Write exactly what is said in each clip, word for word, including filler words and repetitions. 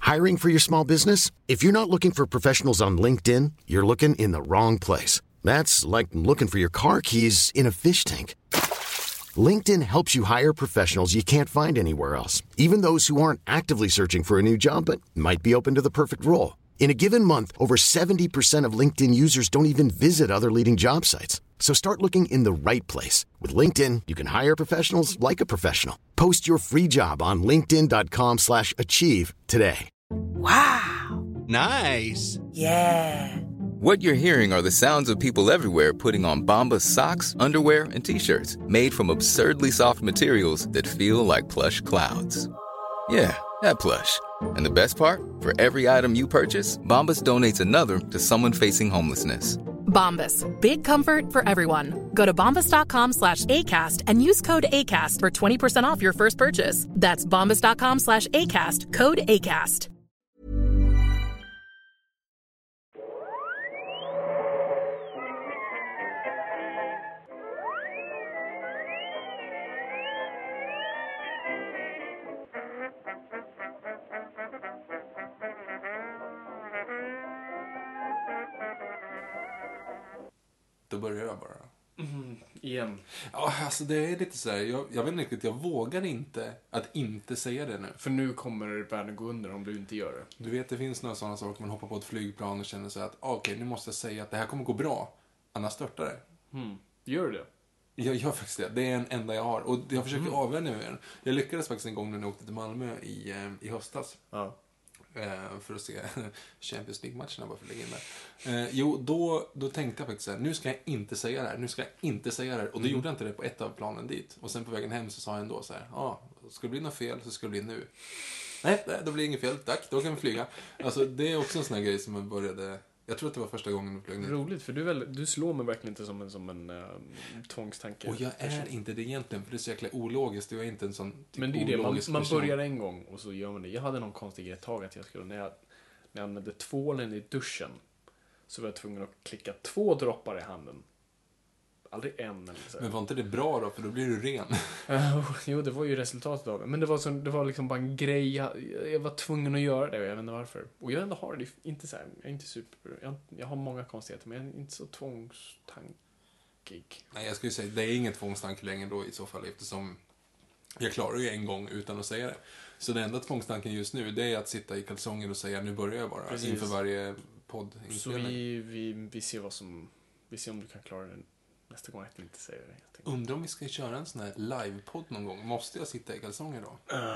Hiring for your small business? If you're not looking for professionals on LinkedIn, you're looking in the wrong place. That's like looking for your car keys in a fish tank. LinkedIn helps you hire professionals you can't find anywhere else, even those who aren't actively searching for a new job but might be open to the perfect role. In a given month, over seventy percent of LinkedIn users don't even visit other leading job sites. So start looking in the right place. With LinkedIn, you can hire professionals like a professional. Post your free job on linkedin dot com slash achieve today. Wow. Nice. Yeah. What you're hearing are the sounds of people everywhere putting on Bombas socks, underwear, and T-shirts made from absurdly soft materials that feel like plush clouds. Yeah, that plush. And the best part? For every item you purchase, Bombas donates another to someone facing homelessness. Bombas. Big comfort for everyone. Go to bombas.com slash ACAST and use code ACAST for twenty percent off your first purchase. That's bombas.com slash ACAST. Code ACAST. Då börjar jag bara. Mm, igen. Ja, alltså det är lite så här. Jag, jag vet inte riktigt, jag vågar inte att inte säga det nu. För nu kommer världen gå under om du inte gör det. Du vet, det finns några sådana saker. Man hoppar på ett flygplan och känner sig att okej, okay, nu måste jag säga att det här kommer gå bra. Annars störtar det. Mm. Gör det? Jag gör faktiskt det. Det är en enda jag har. Och jag försöker mm. avvänja mig. Jag lyckades faktiskt en gång när jag åkte till Malmö i, i höstas. Ja. För att se Champions League-matcherna bara för att lägga in där. Eh, jo, då, då tänkte jag faktiskt så här, nu ska jag inte säga det här, nu ska jag inte säga det här. Och då mm. gjorde jag inte det på ett av planen dit. Och sen på vägen hem så sa jag ändå så här, ja, ah, ska det bli något fel så ska det bli nu. Nej, då blir det inget fel, tack, då kan vi flyga. Alltså det är också en sån här grej som jag började, jag tror att det var första gången jag flög ner. Roligt, för du, väl, du slår mig verkligen inte som en, som en uh, tvångstanke. Och jag är inte det egentligen, för det är så jäkla ologiskt. Jag är inte en sån typ men det är det, man, man person. Börjar en gång och så gör man det. Jag hade någon konstig grej ett tag att jag skulle, när jag, när jag använde tvålen i duschen så var jag tvungen att klicka två droppar i handen. Aldrig en eller så. Men var inte det bra då? För då blir du ren. Uh, jo, det var ju resultatet av det. Men det var, så, det var liksom bara en grej. Jag, jag var tvungen att göra det och jag vet inte varför. Och jag ändå har det inte så här. Jag är inte super. Jag, jag har många konstigheter, men jag är inte så tvångstankig. Nej, jag skulle säga det är inget tvångstanke längre då i så fall, eftersom jag klarar ju en gång utan att säga det. Så den enda tvångstanken just nu, det är att sitta i kalsonger och säga nu börjar jag bara. Precis. Inför varje podd. Så vi, vi, vi ser vad som, vi ser om du kan klara det nästa gång att vi inte säger det. Undrar om vi ska köra en sån här livepodd någon gång. Måste jag sitta i kalsonger då? Uh,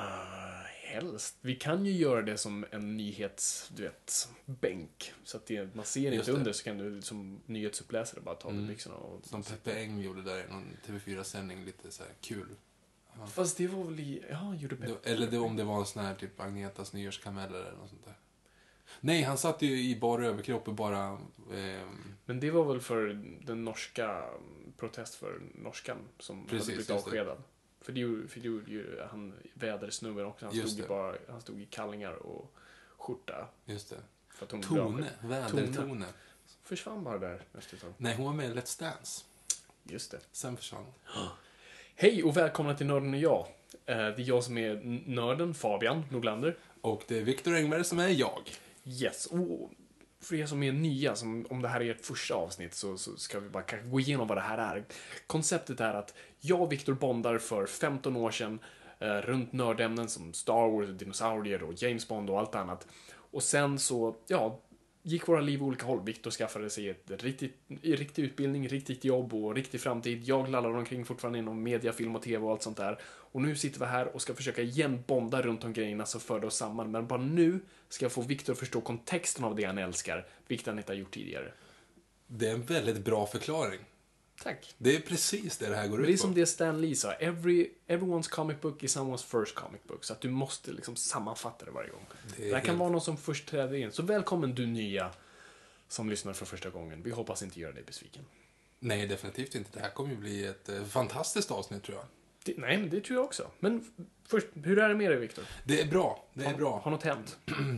helst. Vi kan ju göra det som en nyhets, du vet, bänk. Så att det, man ser inte under, så kan du som nyhetsuppläsare bara ta av mm. byxorna. Och som Peppe Eng gjorde där i någon T V fyra-sändning, lite så här kul. Ja. Fast det var väl i, ja, gjorde Peppe. Eller det, om det var en sån här typ Agnetas nyårskameller eller något sånt där. Nej, han satt ju i bara överkropp och bara... Eh... Men det var väl för den norska protest för norskan som precis, hade blivit avskedad. För det gjorde, för det gjorde ju han vädersnubben också. Han stod, bara, han stod i kallingar och skjorta. Just det. För att hon Tone, vädertone. Försvann bara där nästan. Nej, hon var med i Let's Dance. Just det. Sen försvann hon. Hej och välkomna till Nörden och jag. Det är jag som är nörden, Fabian Nordlander. Och det är Viktor Engberg som är jag. Yes, och för er som är nya, som, om det här är ert första avsnitt, så, så ska vi bara gå igenom vad det här är. Konceptet är att jag och Viktor bondar för femton år sedan eh, runt nördämnen som Star Wars, dinosaurier och James Bond och allt annat. Och sen så, ja, gick våra liv olika håll. Viktor skaffade sig ett riktigt, riktig utbildning, riktigt jobb och riktig framtid. Jag lallade omkring fortfarande inom media, film och tv och allt sånt där. Och nu sitter vi här och ska försöka igen bonda runt de grejerna som förde oss samman. Men bara nu ska jag få Viktor att förstå kontexten av det han älskar, vilket han inte har gjort tidigare. Det är en väldigt bra förklaring. Tack. Det är precis det det här går ut på. Det är som det Stan Lee sa. Every, everyone's comic book is someone's first comic book. Så att du måste liksom sammanfatta det varje gång. Det, det här helt... kan vara någon som först träder in. Så välkommen du nya som lyssnar för första gången. Vi hoppas inte göra dig besviken. Nej, definitivt inte. Det här kommer ju bli ett eh, fantastiskt avsnitt, tror jag. Det, nej, men det tror jag också. Men först, hur är det med dig, Viktor? Det är bra. Det är har, bra. Har något hänt?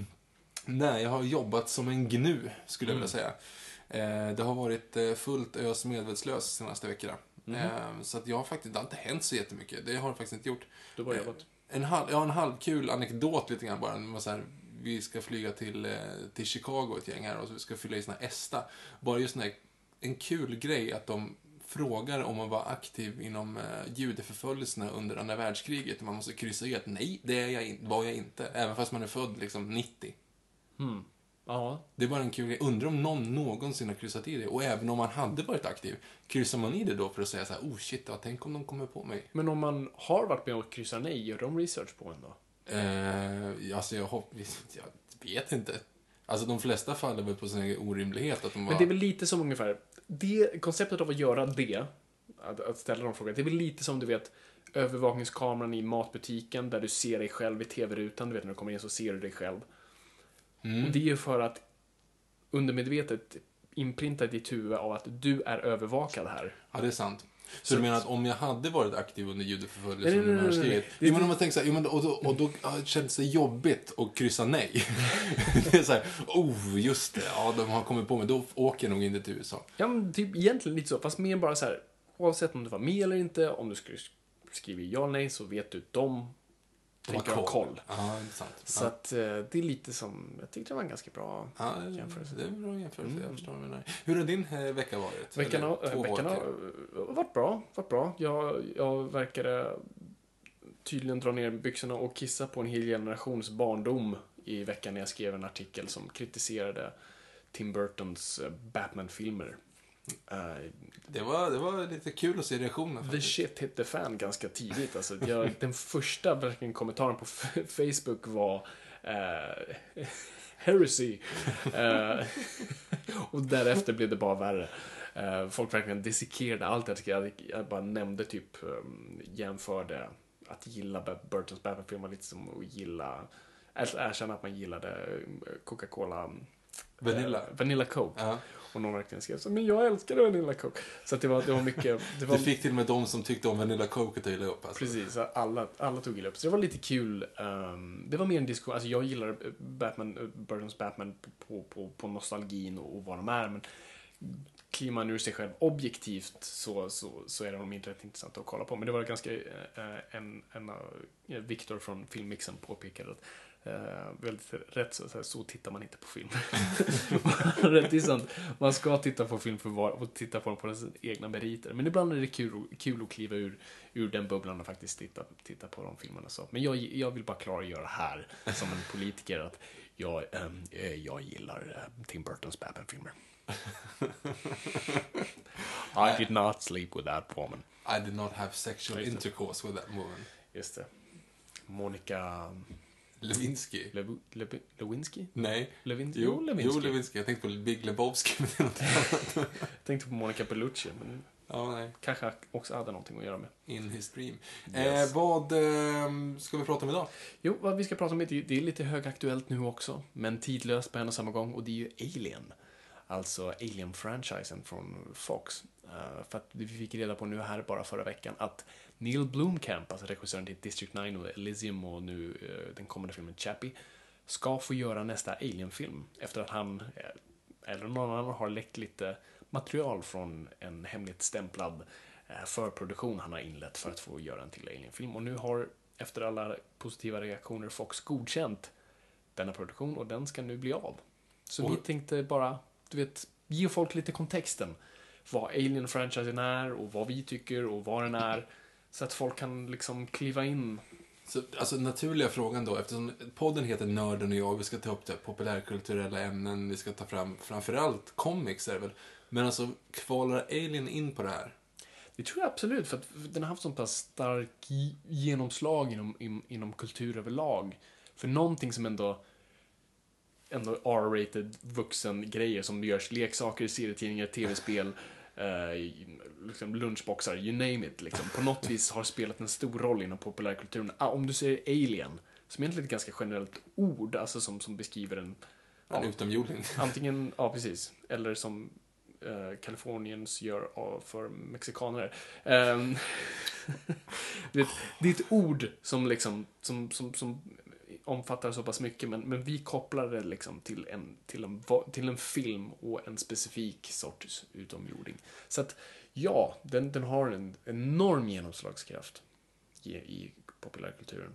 Nej, jag har jobbat som en gnu, skulle Mm. jag vilja säga. Det har varit fullt ös medvetslös senaste veckorna. Mm. Så att jag har faktiskt, det har inte hänt så jättemycket. Det har jag faktiskt inte gjort. Du har jobbat. En halv, ja, en halvkul anekdot lite grann bara. Så här, vi ska flyga till, eh, till Chicago ett gäng här och så ska fylla i såna här ESTA. Bara just sån en kul grej att de frågar om man var aktiv inom eh, judeförföljelserna under andra världskriget. Man måste kryssa i att nej, det är jag in, var jag inte. Även fast man är född liksom nittio. Mm. Ja. Det är bara en kul grej. Undrar om någon någonsin har kryssat i det. Och även om man hade varit aktiv, kryssar man i det då för att säga så här, oh shit, ja, tänk om de kommer på mig. Men om man har varit med och kryssat nej, gör de research på en då? Eh, alltså jag hoppas, jag vet inte. Alltså de flesta faller väl på sin egen orimlighet. Att de bara... Men det är väl lite som ungefär, det, konceptet av att göra det, att, att ställa de frågorna, det är väl lite som du vet, övervakningskameran i matbutiken där du ser dig själv i tv-rutan, du vet när du kommer in så ser du dig själv. Mm. Och det är ju för att undermedvetet inprinta i ditt huvud av att du är övervakad här. Ja, det är sant. Så, så du att... menar att om jag hade varit aktiv under judeförföljelsen under världskriget... nej, nej, nej, nej. Jo, men om man tänker så här, jo, men, och då, och då ja, känns det jobbigt att kryssa nej. Det är så här, oh, just det, ja, de har kommit på mig, då åker jag nog inte till U S A. Ja, men typ egentligen lite så, fast mer bara så här, oavsett om du var med eller inte, om du skulle skriva ja eller nej så vet du de tänker ha koll. Ja, det är sant. Så ja. att det är lite som, jag tyckte det var en ganska bra ja, jämförelse. Det är en bra jämförelse, mm. jag förstår vad du menar. Hur har din eh, vecka varit? Veckan har, veckan har varit bra, varit bra. Jag, jag verkade tydligen dra ner byxorna och kissa på en hel generations barndom i veckan när jag skrev en artikel som kritiserade Tim Burtons Batman-filmer. Uh, det, var, det var lite kul att se reaktionen. The shit hit the fan ganska tidigt. Alltså, jag, den första verkligen kommentaren på f- Facebook var uh, heresy. Uh, och därefter blev det bara värre. Uh, folk verkligen dissekerade allt jag skrev. Jag bara nämnde typ, um, jämförde att gilla Burtons Batman-filmer lite som att gilla, erkänna att man gillade Coca-Cola Vanilla. Uh, Vanilla Coke. Ja. Och någon verkligen skrev så, men jag älskar Vanilla Coke. Så att det var, det var mycket... Det var... Du fick till och med de som tyckte om Vanilla Coke att ta illa upp. Alltså. Precis, alla, alla tog illa upp. Så det var lite kul. Um, det var mer en diskussion. Alltså jag gillar Batman, Burtons Batman på, på, på nostalgin och, och vad de är. Men kliver man ur sig själv objektivt så, så, så är de inte rätt intressanta att kolla på. Men det var ganska... Uh, en, en, uh, Victor från Filmmixen påpekade att Uh, väldigt rätt så, så, här, så tittar man inte på film. Rätt är sant. Man ska titta på film för var, och titta på dem på sina egna meriter. Men ibland är det kul, kul att kliva ur, ur den bubblan och faktiskt titta, titta på de filmerna. Så. Men jag, jag vill bara klargöra här som en politiker att jag, um, jag gillar uh, Tim Burtons Batman-filmer. I did not sleep with that woman. I did not have sexual intercourse with that woman. Just det. Monica... Lewinsky. Le- Le- Lewinsky? Nej. Lewinsky? Jo, Lewinsky. Jo, Lewinsky. Jag tänkte på Big Lebowski. Jag tänkte på Monica Bellucci, men ja, nej. kanske också hade någonting att göra med. In his dream. Yes. Eh, vad eh, ska vi prata om idag? Jo, vad vi ska prata om är, det är lite högaktuellt nu också, men tidlöst på en och samma gång, och det är ju Alien. Alltså Alien-franchisen från Fox. Uh, för att vi fick reda på nu här bara förra veckan att Neil Blomkamp, alltså regissören till District nine och Elysium och nu uh, den kommande filmen Chappie, ska få göra nästa Alien-film efter att han eller någon annan har läckt lite material från en hemligt stämplad uh, förproduktion han har inlett för att få göra en till Alien-film. Och nu har, efter alla positiva reaktioner, Fox godkänt denna produktion och den ska nu bli av. Så och... vi tänkte bara, du vet, ge folk lite kontexten. Vad Alien-franchisen är och vad vi tycker och vad den är. Så att folk kan liksom kliva in. Så, alltså naturliga frågan då, eftersom podden heter Nörden och jag, vi ska ta upp det populärkulturella ämnen, vi ska ta fram framförallt comics är det väl. Men alltså, kvalar Alien in på det här? Det tror jag absolut, för att den har haft så pass stark genomslag inom, in, inom kultur överlag. För någonting som ändå ändå R-rated vuxen grejer som görs leksaker, serietidningar, tv-spel, eh, liksom lunchboxar, you name it liksom. På något vis har spelat en stor roll inom populärkulturen. Ah, om du säger Alien, som egentligen är ett ganska generellt ord, alltså som, som beskriver en, ja, en utomjording. Antingen, ja precis, eller som eh, Kaliforniens gör för mexikaner. Um, det, det är ett ord som liksom som, som, som omfattar så pass mycket, men, men vi kopplar det liksom till en, till, en, till en film och en specifik sorts utomjording. Så att ja, den, den har en enorm genomslagskraft i, i populärkulturen.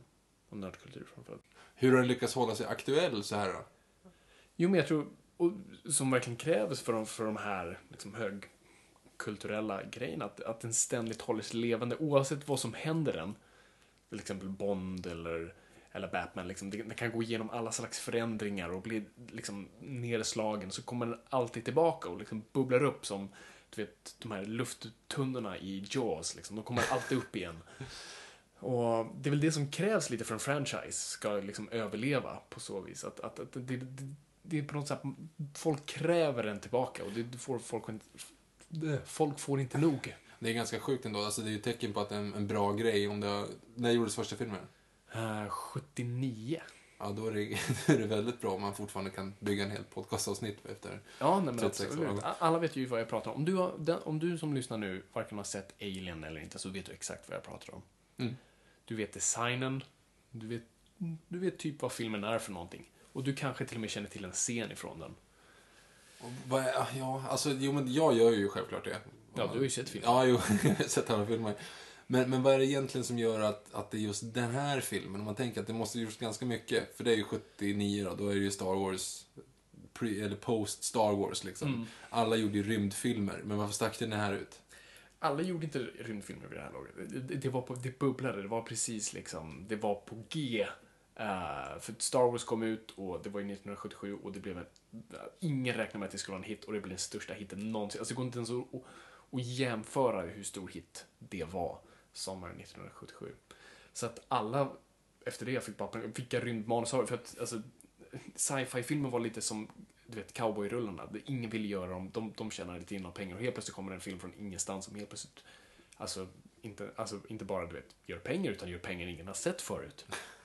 Och nördkultur framförallt. Hur har den lyckats hålla sig aktuell så här då? Jo, men jag tror, och, som verkligen krävs för de, för de här liksom, högkulturella grejerna, att, att den ständigt håller sig levande oavsett vad som händer den. Till exempel Bond eller, eller Batman, liksom, den kan gå igenom alla slags förändringar och bli liksom, nedslagen, så kommer den alltid tillbaka och liksom, bubblar upp som du vet, de här lufttunnorna i Jaws. Liksom, de kommer alltid upp igen. Och det är väl det som krävs lite för en franchise ska liksom överleva på så vis. Att, att, att det, det, det är på något sätt, folk kräver den tillbaka och det får folk, folk får inte nog. Det är ganska sjukt ändå. Alltså det är ju tecken på att det är en, en bra grej. Om det, när gjordes första filmen? Uh, sjuttionio. Ja, då är, det, då är det väldigt bra om man fortfarande kan bygga en hel podcastavsnitt efter. Ja, nej, men absolut. Alla vet ju vad jag pratar om. Om du, har, den, om du som lyssnar nu varken har sett Alien eller inte, så vet du exakt vad jag pratar om. Mm. Du vet designen, du vet, du vet typ vad filmen är för någonting. Och du kanske till och med känner till en scen ifrån den. Och vad är, ja, alltså, jo, men jag gör ju självklart det. Ja, du har ju sett filmen. Ja, jo, jag har sett alla filmer. Men, men vad är det egentligen som gör att, att det är just den här filmen? Om man tänker att det måste gjorts ganska mycket. För det är ju sjuttionio då, då är det ju Star Wars, pre, eller post Star Wars liksom. Mm. Alla gjorde ju rymdfilmer, men varför stack den här ut? Alla gjorde inte rymdfilmer vid det här laget. Det, det, var på, det bubblade, det var precis liksom, det var på G. Uh, för Star Wars kom ut och det var ju nittonhundrasjuttiosju och det blev en, uh, ingen räknade med att det skulle vara en hit och det blev den största hitten någonsin. Alltså det går inte ens att, att, att jämföra hur stor hit det var sommaren nittonhundrasjuttiosju. Så att alla efter det fick bara vilka rymdmanus har, för att alltså, sci-fi-filmer var lite som du vet, cowboy-rullarna. Ingen ville göra dem, de, de tjänar lite in av pengar och helt plötsligt kommer en film från ingenstans som helt plötsligt alltså inte, alltså, inte bara du vet, gör pengar utan gör pengar ingen har sett förut.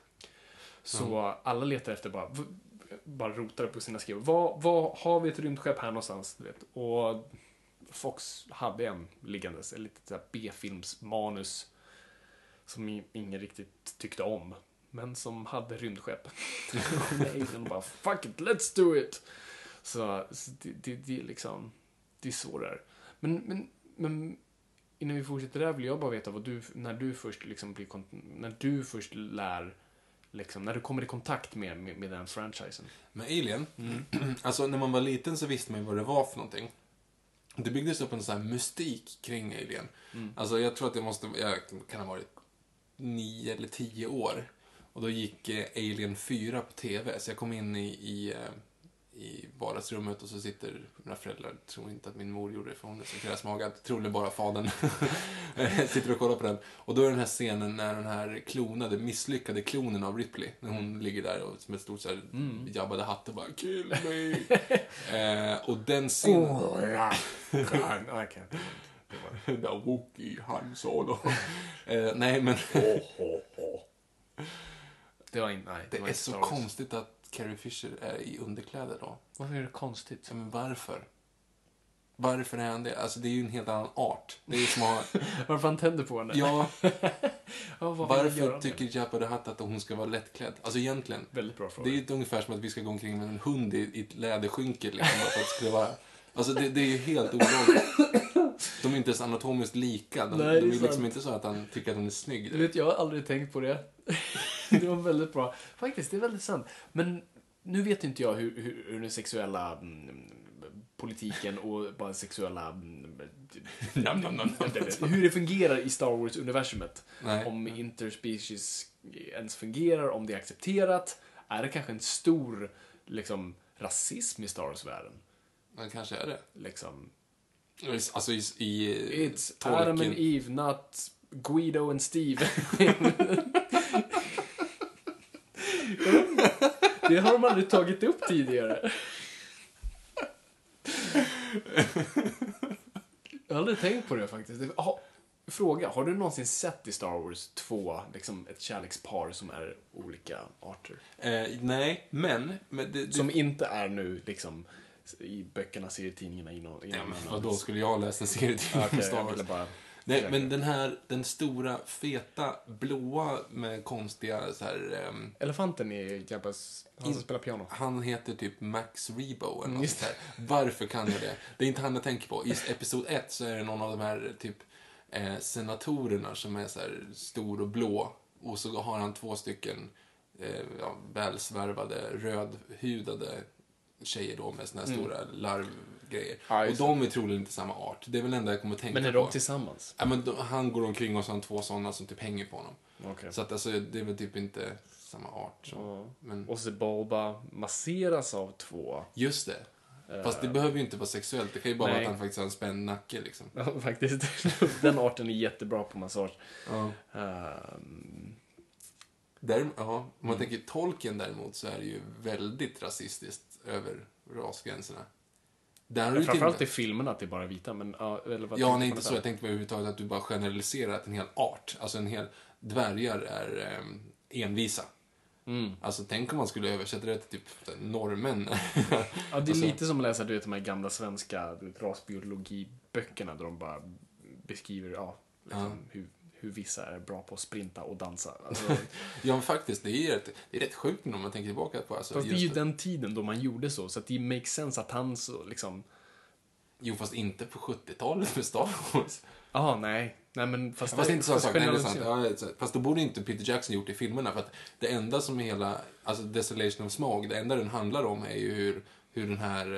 Så mm. alla letar efter bara, bara rotar på sina skriv. Vad, vad har vi ett rymdskepp här någonstans? Du vet? Och Fox hade en liggandes, ett litet B-filmsmanus som ingen riktigt tyckte om, men som hade rymdskepp. Nej, den bara, fuck it, let's do it! Så, så det, det, det är liksom, det är så där. Men, men, men innan vi fortsätter där vill jag bara veta vad du, när du först liksom blir, när du först lär liksom, när du kommer i kontakt med, med, med den franchisen. Med Alien? Mm. Alltså när man var liten så visste man ju vad det var för någonting. Det byggdes upp en sån här mystik kring Alien. Mm. Alltså jag tror att det måste, jag kan ha varit nio eller tio år. Och då gick eh, Alien fyra på tv. Så jag kom in i, i, eh, i vardagsrummet och så sitter mina föräldrar, tror inte att min mor gjorde det för hon är så kräsmagad. Troligen bara fadern. Sitter och kollar på den. Och då är den här scenen när den här klonade, misslyckade klonen av Ripley. När hon mm. ligger där och som ett stort så här mm. jabbade hatt och bara kill me. eh, och den scenen... Oh, ja. I can't. Det var Wookie, Han Solo. eh, nej, men... oh, oh, oh. Det var inte, nej. Det, det är så konstigt att Carrie Fisher är i underkläder då. Varför är det konstigt? Ja, men varför? Varför är han det? Alltså det är ju en helt annan art. Det är ju som att... Varför han tänder på henne? Ja. ja varför tycker Jabba the Hutt att hon ska vara lättklädd? Alltså egentligen. Väldigt bra fråga. Det är ju ungefär som att vi ska gå omkring med en hund i, i ett läderskynke liksom. Att det skulle vara... Alltså det, det är ju helt ologiskt. De är inte ens anatomiskt lika. De, Nej, de är liksom inte så att han tycker att hon är snygg. Du vet, jag har aldrig tänkt på det. Det var väldigt bra. Faktiskt, det är väldigt sant. Men nu vet inte jag hur, hur, hur den sexuella mm, politiken och bara sexuella mm, nam, nam, nam, nam. hur det fungerar i Star Wars-universumet. Nej. Om interspecies ens fungerar, om det är accepterat. Är det kanske en stor liksom, rasism i Star Wars-världen? Men kanske är det. Liksom... Alltså i... i It's tolken. Adam and Eve, not Guido and Steve. Det har de aldrig tagit upp tidigare. Jag har aldrig tänkt på det faktiskt. Ha, fråga, har du någonsin sett i Star Wars två liksom ett kärlekspar som är olika arter? Eh, nej, men... men det, det... Som inte är nu liksom... i böckerna, serietidningarna innan. innan ja, och då skulle jag läsa en serietidning okay, om Star Wars. Bara... Nej, men den här, den stora, feta, blåa med konstiga så här... Um... Elefanten i Jabbas, han som spelar piano. Han heter typ Max Rebo eller något sånt här. Varför kan jag det? Det är inte han jag tänker på. I episod ett så är det någon av de här typ eh, senatorerna som är så här stor och blå. och så har han två stycken eh, ja, välsvärvade, rödhudade tjejer då med såna här mm. stora larvgrejer. Ja, och de är troligen inte samma art. Det är väl enda jag kommer att tänka på. Men är de på. tillsammans? Ja, men då, han går omkring och så har han två sådana som typ hänger på honom. Okay. Så att alltså, det är väl typ inte samma art. Så. Ja. Men... Och så Bulba masseras av två. Just det. Fast det behöver ju inte vara sexuellt. Det kan ju bara Nej. vara att han faktiskt har en spänd nacke liksom. Ja, faktiskt. Den arten är jättebra på massage. Ja. Um... Där, ja, om man mm. tänker Tolkien däremot så är det ju väldigt rasistiskt över rasgränserna. Där ja, framförallt i filmerna att det är bara vita. Men, ja, eller vad ja, nej, inte så. Jag tänkte överhuvudtaget att du bara generaliserar att en hel art, alltså en hel dvärgar är um, envisa. Mm. Alltså tänk om man skulle översätta det till typ norrmän. Ja, det är alltså, lite som att läsa du vet, de här gamla svenska rasbiologiböckerna där de bara beskriver ja, liksom, ja. Hur, hur vissa är bra på att sprinta och dansa. Alltså, ja, men faktiskt, det är, rätt, det är rätt sjukt om man tänker tillbaka på. Alltså, fast det är ju det. Den tiden då man gjorde så, så att det makes sense att han så liksom... Jo, fast inte på sjuttiotalet med Star Wars. Ja, ah, nej. Nej, men fast, fast det är inte så sak. Nej, det är sant. Ja, fast då borde inte Peter Jackson gjort det i filmerna. För att det enda som är hela, alltså Desolation of Smaug, det enda den handlar om är ju hur, hur den här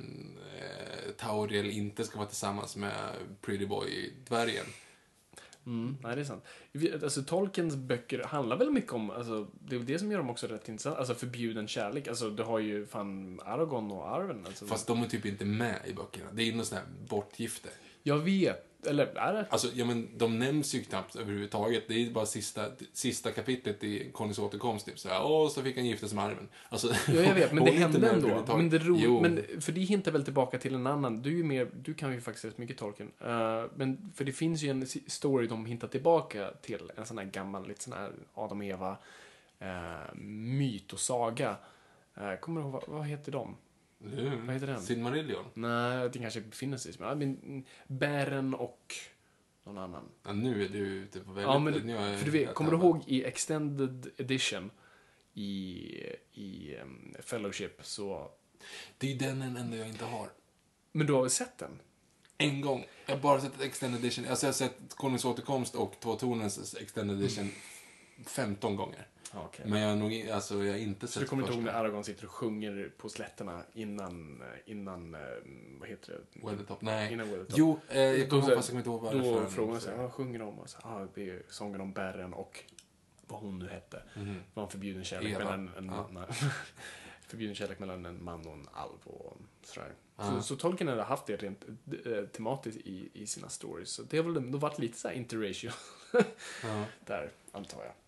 eh, Tauriel inte ska vara tillsammans med Pretty Boy-dvärgen. Mm, nej, det är sant. Alltså, Tolkiens böcker handlar väl mycket om, alltså, det är det som gör dem också rätt intressant, alltså förbjuden kärlek. Alltså, du har ju fan Aragorn och Arwen. Alltså. Fast de är typ inte med i böckerna. Det är ju något sånt här bortgifte. Jag vet. Eller är det? Alltså, ja, men de nämns ju knappt överhuvudtaget. Det är bara sista, sista kapitlet i Connys återkomst. Typ. Så här, åh, så fick han gifta sig med Arwen. Alltså, ja, jag vet, men det hände ändå. Men det, ro- men, för det hintar väl tillbaka till en annan. Du, är ju mer, du kan ju faktiskt rätt mycket Tolkien. Uh, men för det finns ju en story de hintar tillbaka till. En sån här gammal, lite sån här Adam och Eva uh, myt och saga. Uh, kommer du ihåg, vad, vad heter de? Mm. Vad heter den? Silmarillion? Nej, det kanske befinner sig men Bären och någon annan. Ja, nu är du ute på väldigt... Ja, men nu är för du vet, kommer du ihåg i Extended Edition i, i um, Fellowship så... Det är den enda jag inte har. Men du har väl sett den? En gång. Jag har bara sett Extended Edition. Alltså jag har sett Konungens återkomst och Två tornens Extended Edition mm. femton gånger. Okay. Men jag har nog alltså, jag har inte sett. Så du kommer inte ihåg när Aragorn sitter och sjunger på slätterna innan, innan vad heter det? Weathertop, nej. Innan Weathertop. Jo, eh, jag kommer fast jag kommer inte ihåg varför. Då frågar man sig, vad sjunger de? Och så, ah, det är sången om Bären och vad hon nu hette. Mm. Det var en förbjuden kärlek Eva. mellan en, ja. nej, förbjuden kärlek mellan en man och en alv och sådär. Ja. Så, så Tolkien hade haft det rent äh, tematiskt i, i sina stories. Så det har väl ändå varit lite så här interracial ja. där, antar jag.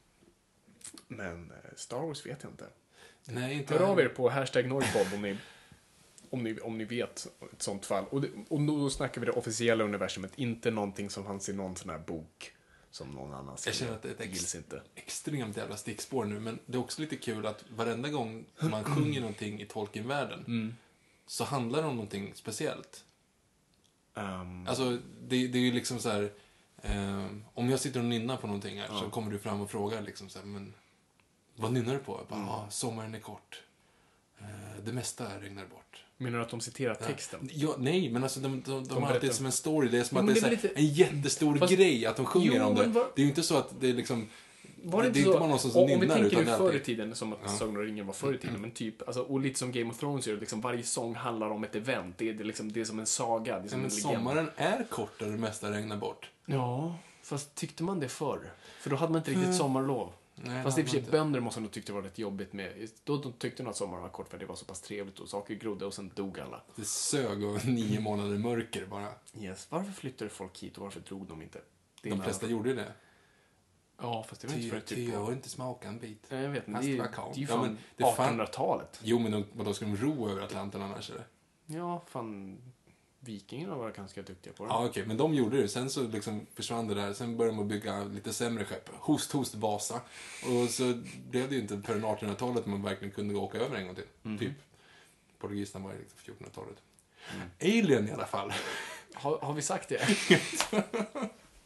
Men Star Wars vet jag inte. Nej, inte hör av er på hashtag Norrpodd om ni, om, ni, om ni vet ett sånt fall. Och, det, och då snackar vi det officiella universumet, inte någonting som fanns i någon sån här bok som någon annan säger. Jag känner att det är ett ex- inte. extremt jävla stickspår nu, men det är också lite kul att varenda gång man sjunger någonting i Tolkien-världen mm. så handlar det om någonting speciellt. Um... Alltså, det, det är ju liksom så här... Um, om jag sitter och nynnar på någonting här ja. så kommer du fram och frågar liksom så här, men vad nynnar du på? Jag bara, mm. ah, sommaren är kort. Uh, det mesta regnar bort. Menar du att de citerar texten? Ja, ja nej, men alltså de, de, de, de har alltid som en story. Det är som jo, att det är, det är lite... en jättestor Fast... grej att de sjunger jo, om det. Var... Det är ju inte så att det är liksom... Var det, det, det är inte bara någon som om nynnar. Om vi tänker utan nu förr i tiden, som att ja. Sagan om ringen var förr i tiden, mm. men typ, alltså, och lite som Game of Thrones gör, liksom, varje sång handlar om ett event. Det är, det är, liksom, det är som en saga. Det är som ja, men en sommaren är kortare, det mesta regnar bort. Ja, fast tyckte man det förr? För då hade man inte riktigt mm. sommarlov. Nej, fast i och för sig, bönder måste nog tyckte det var rätt jobbigt med. Då de tyckte nog att sommaren var kort för det var så pass trevligt och saker grodde och sen dog alla. Det sög och nio månader mörker bara. Yes. Varför flyttade folk hit och varför drog de inte? Det de flesta gjorde det. Ja, fast det var inte för typ... Tio har inte smakat en bit. Nej, jag vet inte. Det, det, det är ju ja, fan artonhundratalet. Jo, men de, då ska de ro över Atlanten annars, eller? Ja, fan... Vikingarna var ganska duktiga på det. Ja, okej. Okay. Men de gjorde det. Sen så liksom försvann det där. Sen började de bygga lite sämre skepp. Host, host, Vasa. Och så blev det ju inte förrän artonhundratalet man verkligen kunde gå åka över en gång till. Mm. Typ. Portugiserna var ju liksom fjortonhundratalet. Mm. Alien i alla fall. Har, har vi sagt det?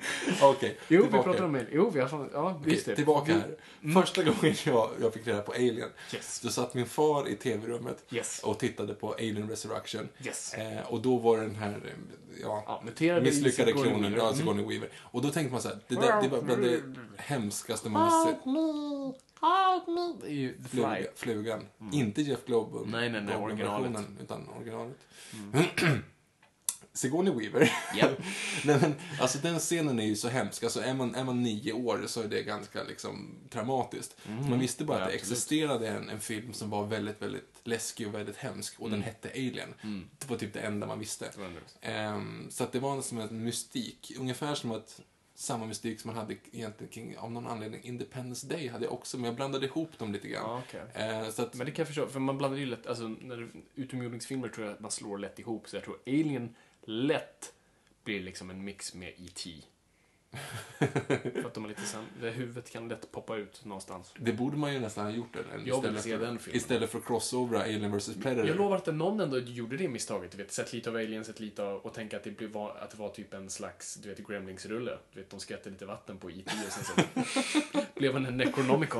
Okej, Jo, vi tillbaka. pratar om Alien. Jo, vi har fan... Ja, Okej, just det. tillbaka Vi- här. Första gången jag, jag fick reda på Alien, Yes. då satt min far i tv-rummet Yes. och tittade på Alien Resurrection. Yes. Eh, och då var den här, eh, ja, Ja, muterade misslyckade Sigourney klonen, Weaver. ja, Sigourney Weaver. Och då tänkte man så här, det, där, det var bland det hemskaste man har sett. Det är ju The Fluga, Fly. flugan. Inte Jeff Goldblum. Nej, nej, nej, originalet. versionen, utan originalet. Sigourney Weaver. Japp. Nej, men, alltså den scenen är ju så hemsk. Alltså är man, är man nio år så är det ganska liksom traumatiskt. Man visste bara Ja, att det absolut. existerade en, en film som var väldigt, väldigt läskig och väldigt hemsk. Och den hette Alien. Det var typ det enda man visste. var det. Ehm, så att det var som en mystik. Ungefär som att samma mystik som man hade egentligen kring, av någon anledning, Independence Day hade jag också. Men jag blandade ihop dem lite grann. Ja, okej. Ehm, så att, Men det kan jag förstå, för man blandar ju lätt, alltså när utomjordingsfilmer tror jag att man slår lätt ihop, så jag tror Alien lätt blir liksom en mix med E T För att de är lite sam... Det huvudet kan lätt poppa ut någonstans. det borde man ju nästan ha gjort. Den, Jag vill istället se för, den filmen. Istället för crossovera Alien versus Predator. Jag lovar att någon ändå gjorde det misstaget, du vet, sett lite av Alien, sett lite av, och tänka att det, blev, att det var typ en slags, du vet, Gremlings-rulle. Du vet, de skvätte lite vatten på E T och sen så blev han en Necronomicon.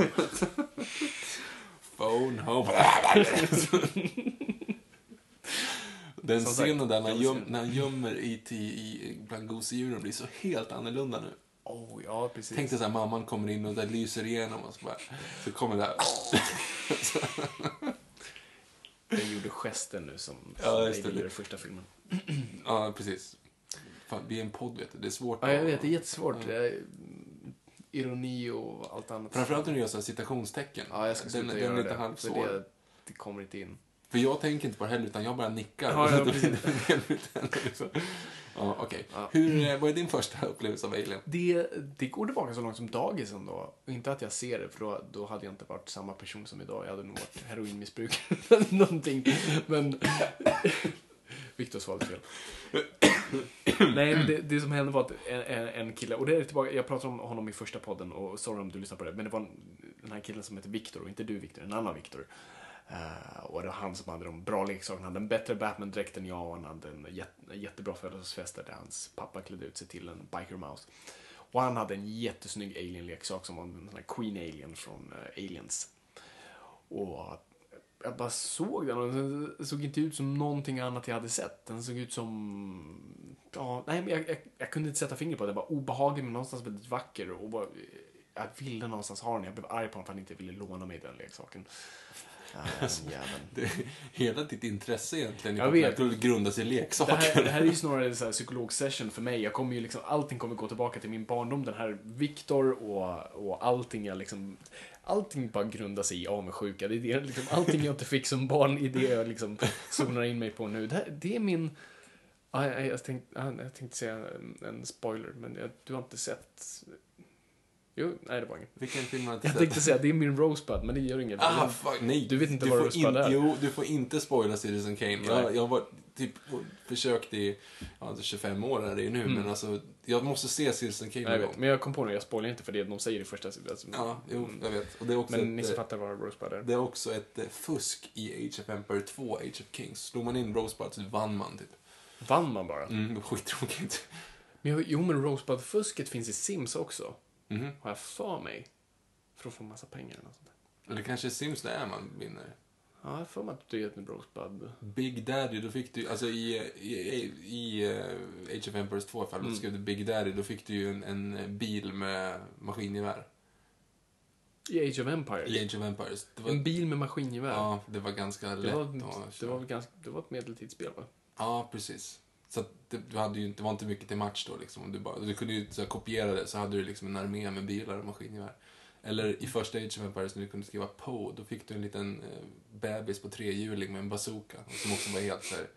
Phone home. Den Som sagt, scenen där när han, jag göm, ser. när han gömmer E T i bland gosedjuren blir så helt annorlunda nu. Oh, ja, precis. Tänk dig så här, mamman kommer in och där lyser igenom och så bara, så kommer det här. Jag gjorde gesten nu som, Ja, som just det. Lady i den första filmen. Ja, precis. Fan, vi är en podd, vet du. Det är svårt. Ja, jag att- vet, det är jättesvårt. Ja. Ironi och allt annat. Framförallt när du gör så här citationstecken. Ja, jag ska den, sluta den göra är lite det. halvsvår. För det, det kommer inte in. För jag tänker inte på det heller, utan jag bara nickar. Ja, ja, precis. liksom. Ja, okej. Ja. Hur, eh, vad är din första upplevelse av Alien? Det, det går tillbaka så långt som dagis ändå. Och inte att jag ser det, för då, då hade jag inte varit samma person som idag. Jag hade nog varit heroinmissbrukare eller någonting. Men... Viktor svalde fel. Nej, men det, det som hände var att en, en, en kille, och det är tillbaka, jag pratade om honom i första podden, och sorry om du lyssnar på det, men det var en, den här killen som heter Viktor, och inte du Viktor, en annan Viktor. Uh, och det var han som hade de bra leksakerna. Han hade en bättre Batman-dräkt än jag, och han hade en, jätte, en jättebra födelsedagsfest där hans pappa klädde ut sig till en biker mouse. Och han hade en jättesnygg alien-leksak som var en sån här Queen Alien från uh, Aliens. Och jag bara såg den, och den såg inte ut som någonting annat jag hade sett. Den såg ut som... Ja, nej, men jag, jag, jag kunde inte sätta fingret på det. Den var obehaglig, men någonstans väldigt vacker. Och bara, jag ville någonstans ha den. Jag blev arg på honom för att han inte ville låna mig den leksaken. Ja, den jäveln. Det, hela ditt intresse egentligen Jag vet. grundas i Det leksaker. här, det här är ju snarare en så här psykologsession för mig. Jag kommer ju liksom, allting kommer gå tillbaka till min barndom. Den här Viktor och, och allting jag liksom... Allting bara grundar sig i avundsjuka. Det är det, liksom, allting jag inte fick som barn i det jag liksom zonar in mig på nu. Det, här, det är min... Ja, jag, jag, tänkte, ja, jag tänkte säga en, en spoiler, men jag, du har inte sett... Jo, nej, det var inget. Vilken film har du inte Jag sett? tänkte säga, det är min Rosebud, men det gör inget. Ah, fuck, nej. Du vet inte du vad får Rosebud in, är. Jo, du får inte spoila Citizen Kane. Jag, Nej. jag var typ försökt i ja, tjugofem år är det ju nu, Mm. men alltså, jag måste se Citizen Kane Nej, jag någon vet, gång. men jag kom på det, jag spoilar inte för det de säger i första sidan. Alltså, Ja, jo, jag vet. Och det är också men ni ett, som eh, fattar vad Rosebud är. det är också ett eh, fusk i Age of Empire två, Age of Kings. Slog man in Rosebud så vann man typ. Vann man bara? Mm, det var skittråkigt. Men jag, jo, men Rosebud-fusket finns i Sims också. Mhm. Har jag för mig. För att få massa pengar eller något sånt där. Eller kanske Sims det är man vinner. Ja, jag har för mig att du heter Rosebud. Big Daddy, då fick du, alltså i, i, i, i uh, Age of Empires två fall, Mm. då skrev du Big Daddy, då fick du ju en, en bil med maskingevär. I Age of Empires? I Age of Empires. Det var, En bil med maskingevär? ja, det var ganska det, lätt var, att det, var ganska, det var ett medeltidsspel, va? Ja, precis. Så att det, du hade ju inte, det var inte mycket till match då liksom. Du, bara, du kunde ju så här, kopiera det, så hade du liksom en armé med bilar och maskingevär. Eller i första Age of Empires när du kunde skriva Poe, då fick du en liten eh, bebis på trehjuling med en bazooka. Som också var helt så här.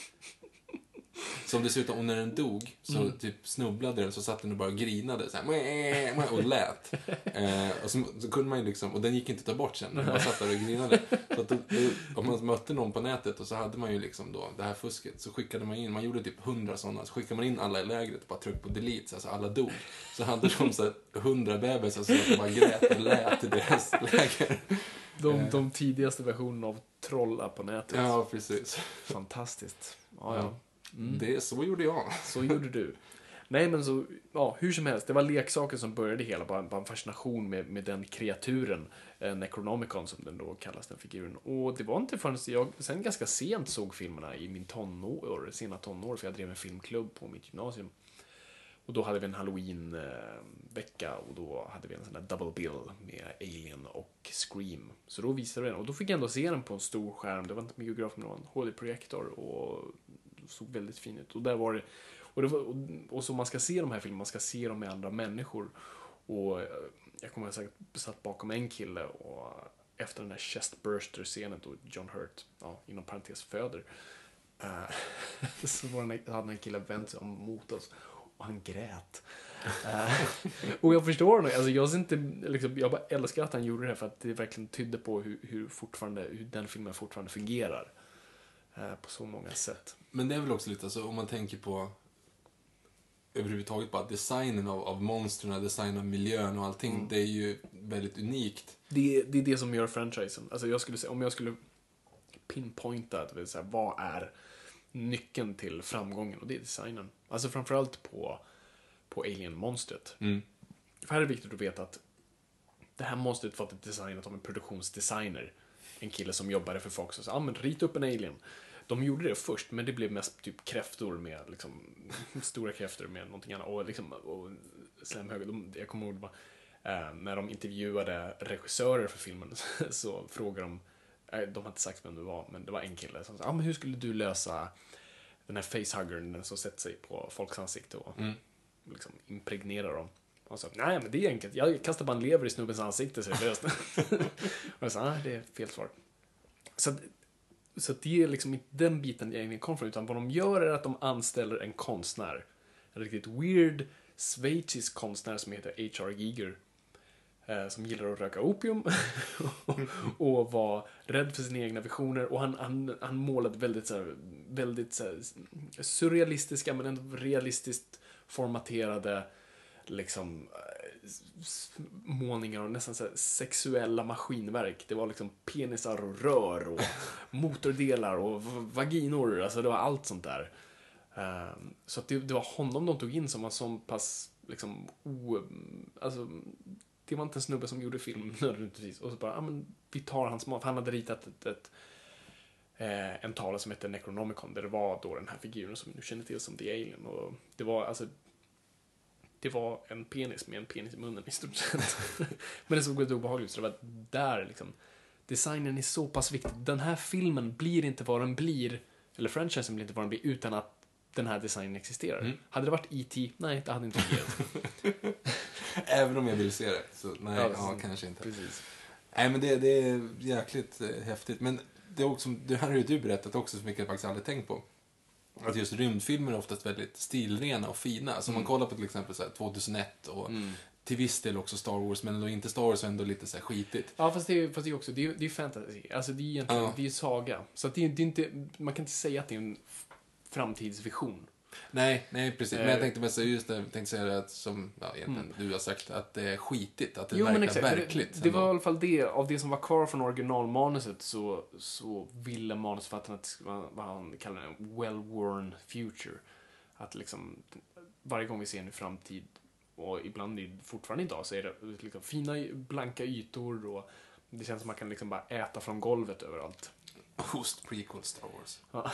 Som dessutom, och när den dog så Mm. typ snubblade den, så satt den och bara grinade så här, "Mwah, mwah", och lät. Eh, och så, så kunde man ju liksom, och den gick inte att ta bort sen, den bara satt där och grinade. Så att då, då, om man mötte någon på nätet och så hade man ju liksom då det här fusket, så skickade man in, man gjorde typ hundra sådana, så skickade man in alla i lägret och bara tryckte på delete, så alltså alla dog. Så hade de så här hundra bebisar så att de bara grät och lät i deras läger. De, de tidigaste versionerna av trollar på nätet. Ja, precis. Fantastiskt. Ja, ja. Mm. Det, så gjorde jag. Så gjorde du. Nej, men så, ja, hur som helst, det var leksaker som började hela, bara, bara en fascination med, med den kreaturen, eh, Necronomicon som den då kallas, den figuren. Och det var inte förrän jag sen ganska sent såg filmerna i min tonår, sena tonår, för jag drev en filmklubb på mitt gymnasium. Och då hade vi en Halloween-vecka och då hade vi en sån där double bill med Alien och Scream. Så då visade vi den och då fick jag ändå se den på en stor skärm. Det var inte en biograf med någon H D-projektor och det såg väldigt fin ut. Och där var det, och, det var, och, och så man ska se de här filmerna, man ska se dem med andra människor. Och jag kommer att jag satt bakom en kille och efter den där chestburster-scenen då John Hurt, ja, inom parentes föder, uh, så var den, hade en kille vänt sig om mot oss. Och han grät. uh, och jag förstår nog, alltså jag, inte, liksom, jag bara älskar att han gjorde det här för att det verkligen tydde på hur, hur, fortfarande, hur den filmen fortfarande fungerar. Uh, på så många sätt. Men det är väl också lite, alltså, om man tänker på överhuvudtaget bara designen av, av monstren, designen av miljön och allting, mm. det är ju väldigt unikt. Det, det är det som gör franchisen. Alltså jag skulle säga, om jag skulle pinpointa, det vill säga, vad är nyckeln till framgången, och det är designen. Alltså framförallt på, på Alien-monstret. Mm. För här är det viktigt att veta att det här monstret fått ett designat av en produktionsdesigner. En kille som jobbade för Fox och sa, ah, men rita upp en alien. De gjorde det först, men det blev mest typ kräftor med liksom, stora kräftor med någonting annat. Och liksom, och slemhög, de, jag kommer ihåg, eh, när de intervjuade regissörer för filmen så frågade de, de har inte sagt vem det var, men det var en kille som sa, ah, men hur skulle du lösa den här facehuggern som sätter sig på folks ansikte och mm. liksom impregnerar dem. Och så, nej men det är enkelt, jag kastar bara en lever i snubbens ansikte så är det löst. Och jag sa, nej det är fel svar. Så, så det är liksom inte den biten jag egentligen kom från, utan vad de gör är att de anställer en konstnär. En riktigt weird schweizisk konstnär som heter H R Giger. Som gillar att röka opium och var rädd för sina egna visioner, och han, han, han målade väldigt, så här, väldigt så här, surrealistiska men ändå realistiskt formaterade liksom målningar och nästan så här, sexuella maskinverk. Det var liksom penisar och rör och motordelar och vaginor, alltså det var allt sånt där. Um, så att det, det var honom de tog in som var så pass liksom o, alltså det var inte en snubbe som gjorde film nödvändigtvis. Och så bara, ja men vi tar hans mat. Han hade ritat ett, ett, eh, en tavla som heter Necronomicon, där det var då den här figuren som vi nu känner till som The Alien. Och det var alltså, det var en penis med en penis i munnen i stort sett. Men det såg väldigt obehagligt, så det var där liksom, designen är så pass viktig. Den här filmen blir inte vad den blir, eller franchisen blir inte vad den blir, utan att den här designen existerar. Mm. Hade det varit E T? Nej, det hade inte fungerat. Även om jag vill se det. Så nej, ja, ja kanske inte. Precis. Nej, men det, det är jäkligt eh, häftigt. Men det, är också, det här har ju du berättat också, så mycket jag faktiskt aldrig tänkt på. Att just rymdfilmer är oftast väldigt stilrena och fina. Så mm. man kollar på till exempel så här, tvåtusenett och mm. till viss del också Star Wars, men ändå inte Star Wars är ändå lite så här skitigt. Ja, fast det är, fast det är också, det är, det är fantasy. Alltså det är egentligen, ja. det är saga. Så att det är, det är inte, man kan inte säga att det är en framtidsvision. Nej, nej precis. Men jag tänkte bara säga just det, jag tänkte säga det att, som ja, egentligen mm. du har sagt, att det är skitigt, att det jo, verkar verkligt. Det, det var i alla fall det, av det som var kvar från originalmanuset, så, så ville manusförfattaren att det skulle vara vad han kallar en well-worn future. Att liksom, varje gång vi ser en framtid, och ibland är fortfarande idag, så är det liksom fina blanka ytor och det känns som man kan liksom bara äta från golvet överallt. Host prequel Star Wars. Ja.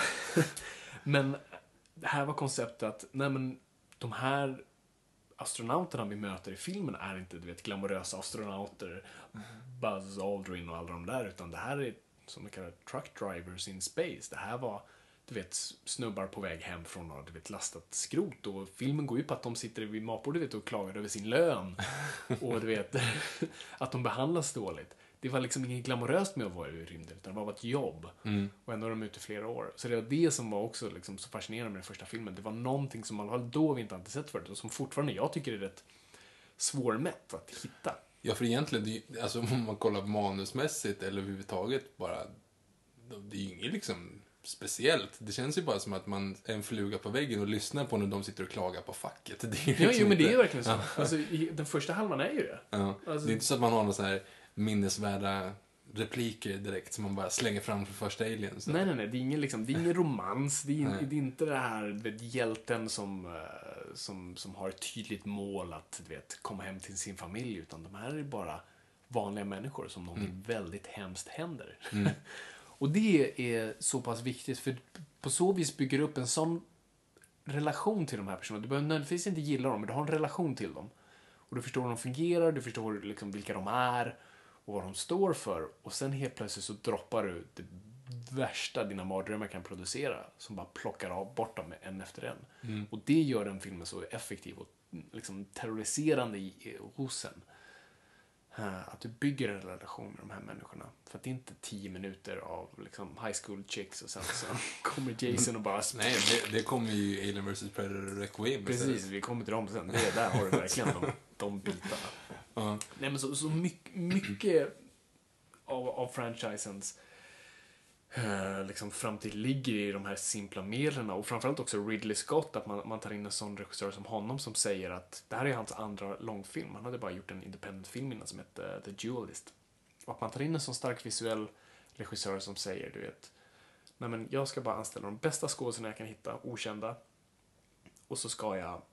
Men det här var konceptet att nej men, de här astronauterna vi möter i filmen är inte, du vet, glamorösa astronauter, Buzz Aldrin och alla de där, utan det här är som de kallar truck drivers in space. Det här var, du vet, snubbar på väg hem från och du vet, lastat skrot, och filmen går ju på att de sitter vid matbordet och klagar över sin lön och du vet att de behandlas dåligt. Det var liksom inget glamoröst med att vara i rymden, utan det var ett jobb. Mm. Och ändå är de ute flera år. Så det var det som var också liksom så fascinerande med den första filmen. Det var någonting som man då vi inte hade sett förut, och som fortfarande jag tycker är rätt svårmätt att hitta. Ja, för egentligen, det, alltså, om man kollar manusmässigt eller överhuvudtaget bara, det är ju inget liksom speciellt. Det känns ju bara som att man är en fluga på väggen och lyssnar på när de sitter och klagar på facket. Det är ju liksom ja, jo, men inte... det är verkligen så. Ja. Alltså, i, den första halvan är ju det. Ja. Alltså... Det är inte så att man har någon så här minnesvärda repliker direkt som man bara slänger fram för första Alien. Så. Nej, nej, nej. Det är ingen, liksom, det är ingen romans. Det är, in, det är inte det här vet, hjälten som, som, som har ett tydligt mål att vet, komma hem till sin familj. Utan de här är bara vanliga människor som någonting mm. väldigt hemskt händer. Mm. Och det är så pass viktigt, för på så vis bygger upp en sån relation till de här personerna. Du behöver nödvändigtvis inte gilla dem, men du har en relation till dem. Och du förstår hur de fungerar, du förstår liksom vilka de är och vad de står för. Och sen helt plötsligt så droppar du det värsta dina mardrömmar kan producera, som bara plockar av bort dem en efter en. Mm. Och det gör den filmen så effektiv och liksom terroriserande i, hos en. Att du bygger en relation med de här människorna. För att det är inte tio minuter av liksom high school chicks och sen så kommer Jason och bara... Nej, det, det kommer ju Alien versus. Predator Requiem. Precis, vi kommer till dem sen. Det, där har du verkligen de, de bitarna. Uh-huh. Nej, men så, så mycket, mycket av, av franchisens uh, liksom framtid ligger i de här simpla medlen. Och framförallt också Ridley Scott, att man, man tar in en sån regissör som honom som säger att det här är hans andra långfilm. Han hade bara gjort en independent film innan som hette uh, The Duelist. Och att man tar in en sån stark visuell regissör som säger, du vet, nej men jag ska bara anställa de bästa skådespelarna jag kan hitta, okända. Och så ska jag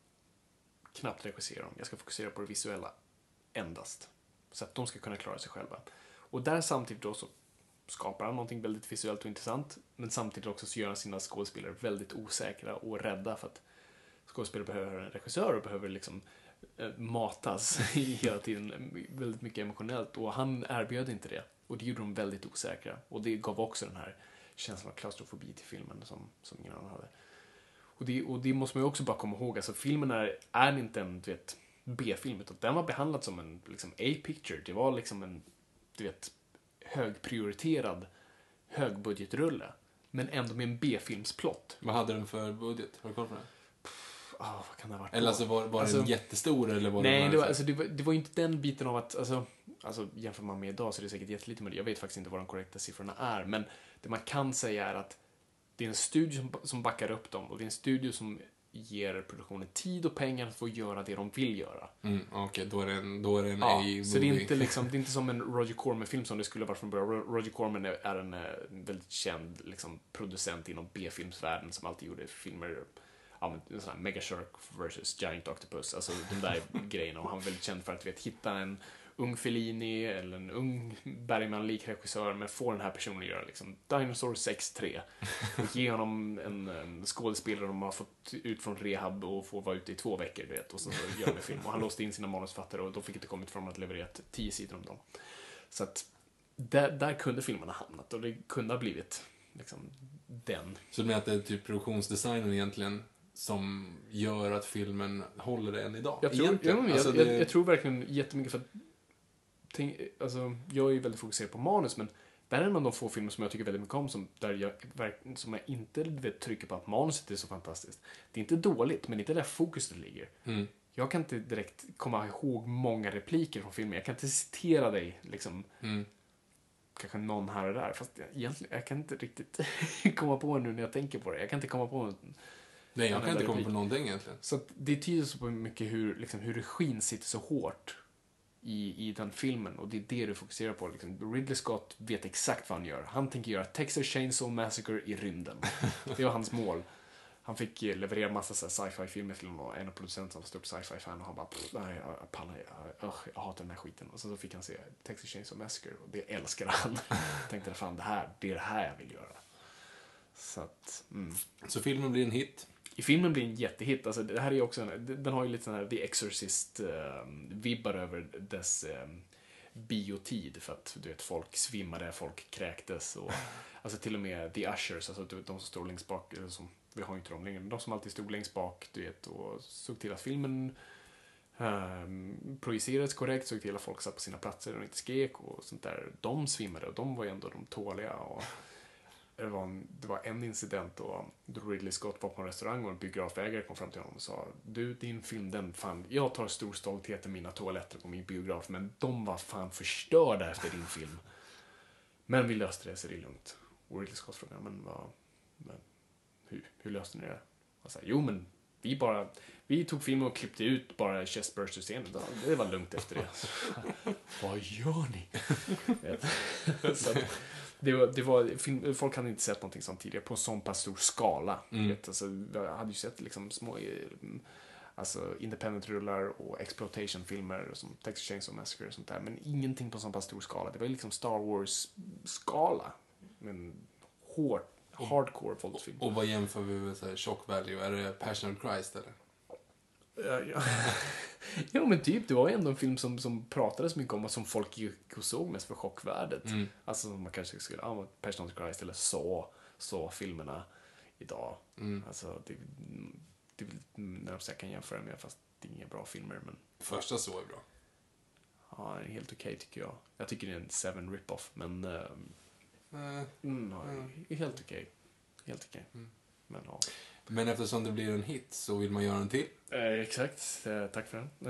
knappt regissera dem. Jag ska fokusera på det visuella endast. Så att de ska kunna klara sig själva. Och där samtidigt då så skapar han någonting väldigt visuellt och intressant. Men samtidigt också så gör han sina skådespelare väldigt osäkra och rädda. För att skådespelare behöver en regissör och behöver liksom eh, matas hela tiden väldigt mycket emotionellt. Och han erbjöd inte det. Och det gjorde dem väldigt osäkra. Och det gav också den här känslan av klaustrofobi till filmen som, som ingen annan hade. Och det, och det måste man ju också bara komma ihåg. Alltså filmen är, är inte en, du vet, B-film, utan den var behandlad som en liksom, A-picture. Det var liksom en, du vet, högprioriterad högbudgetrulle. Men ändå med en B-filmsplott. Vad hade den för budget? Har du koll på det? Oh, vad kan det ha varit? Eller alltså, var, var alltså, den jättestor? Eller var nej, det, det var, alltså, det, var, det var ju inte den biten av att... Alltså, alltså, jämför man med idag så är det säkert jättelite, men jag vet faktiskt inte vad de korrekta siffrorna är. Men det man kan säga är att det är en studio som, som backar upp dem. Och det är en studio som ger produktionen tid och pengar för att göra det de vill göra. Mm, Okej, okay, då är det en, då är det en ja, A-movie. Så det är, inte liksom, det är inte som en Roger Corman-film som det skulle vara från början. Roger Corman är en, en väldigt känd liksom, producent inom B-filmsvärlden som alltid gjorde filmer, ja, men, sån här Mega Shark versus Giant Octopus, alltså de där grejerna. Och han är väldigt känd för att vet, hitta en ung Fellini eller en ung Bergman-lik regissör, men får den här personen att göra liksom Dinosaur sex tre och ge honom en, en skådespelare de har fått ut från rehab och får vara ute i två veckor, vet, och så gör han en film. Och han låste in sina manusfattare och de fick inte kommit från att leverera tio sidor om dem. Så att där, där kunde filmerna hamnat och det kunde ha blivit liksom den. Så du menar att det är typ produktionsdesignen egentligen som gör att filmen håller det än idag? Jag tror, ja, jag, alltså jag, det... jag, jag tror verkligen jättemycket för att tänk, alltså, jag är ju väldigt fokuserad på manus, men det är en av de få filmer som jag tycker väldigt mycket om som, där jag, som jag inte vet, trycker på att manuset är så fantastiskt. Det är inte dåligt, men det är inte där fokuset ligger. Mm. Jag kan inte direkt komma ihåg många repliker från filmen. Jag kan inte citera dig liksom, mm. kanske någon här och där, fast jag, egentligen, jag kan inte riktigt komma på nu när jag tänker på det. Jag kan inte komma på något. Nej, jag kan inte komma på någonting egentligen. Så att det tyder så på mycket hur, liksom, hur regin sitter så hårt i, i den filmen. Och det är det du fokuserar på. Liksom. Ridley Scott vet exakt vad han gör. Han tänker göra Texas Chainsaw Massacre i rymden. Det var hans mål. Han fick leverera massa sci-fi-filmer till honom. En av producenterna som var stort sci-fi-fan. Och han bara, nej, jag, jag, pallar, jag, jag hatar den här skiten. Och så fick han se Texas Chainsaw Massacre. Och det älskade han. Jag tänkte, fan, det, här, det är det här jag vill göra. Så att, mm. Så filmen blir en hit? I filmen blir en jättehit. Alltså, det här är också en, den har ju lite sån här The Exorcist-vibbar uh, över dess um, biotid. För att du vet, folk svimmade, folk kräktes. Och, alltså till och med The Ushers, alltså de som står längst bak, eller som, vi har inte dem längre, men de som alltid stod längst bak, du vet, och såg till att filmen um, projicerades korrekt, såg till att folk satt på sina platser och inte skrek och sånt där. De svimmade och de var ju ändå de tåliga. Och Det var, en, det var en incident då, då Ridley Scott var på en restaurang och en biografägare kom fram till honom och sa, du, din film, den fan, jag tar stor stolthet i mina toaletter på min biograf, men de var fan förstörda efter din film. Men vi löste det, så det är lugnt. Och Ridley Scott frågade, men vad, men, hur, hur löste ni det? Och sa, jo men vi bara, vi tog filmen och klippte ut bara chestburster-scenen. Det var lugnt efter det. Vad gör ni? Så att, det var, det var, film, folk hade inte sett någonting sånt tidigare på en sån pass stor skala. Mm. Vet, alltså, jag hade ju sett liksom små alltså, independent-rullar och exploitation-filmer som Texas Chainsaw Massacre och sånt där, men ingenting på en sån pass stor skala. Det var liksom Star Wars-skala. Men hård, hardcore våldsfilm. Och, och vad jämför vi med så här, shock value? Är det Passion of Christ eller? Ja, ja. ja, men typ, det var ju ändå en film som, som pratades mycket om och som folk gick och såg mest för chockvärdet. Mm. Alltså man kanske skulle, ja, Passion of Christ eller så, så filmerna idag. Mm. Alltså, det, det är närmast jag kan jämföra med, fast det är inga bra filmer. Men... Första så är bra. Ja, det är helt okej okay, tycker jag. Jag tycker det är en Seven rip-off, men uh, äh, mm, ja, äh. helt okej. Okay. Helt okej. Okay. Mm. Men ja. Men eftersom det blir en hit så vill man göra en till. Eh, exakt. Eh, tack för den.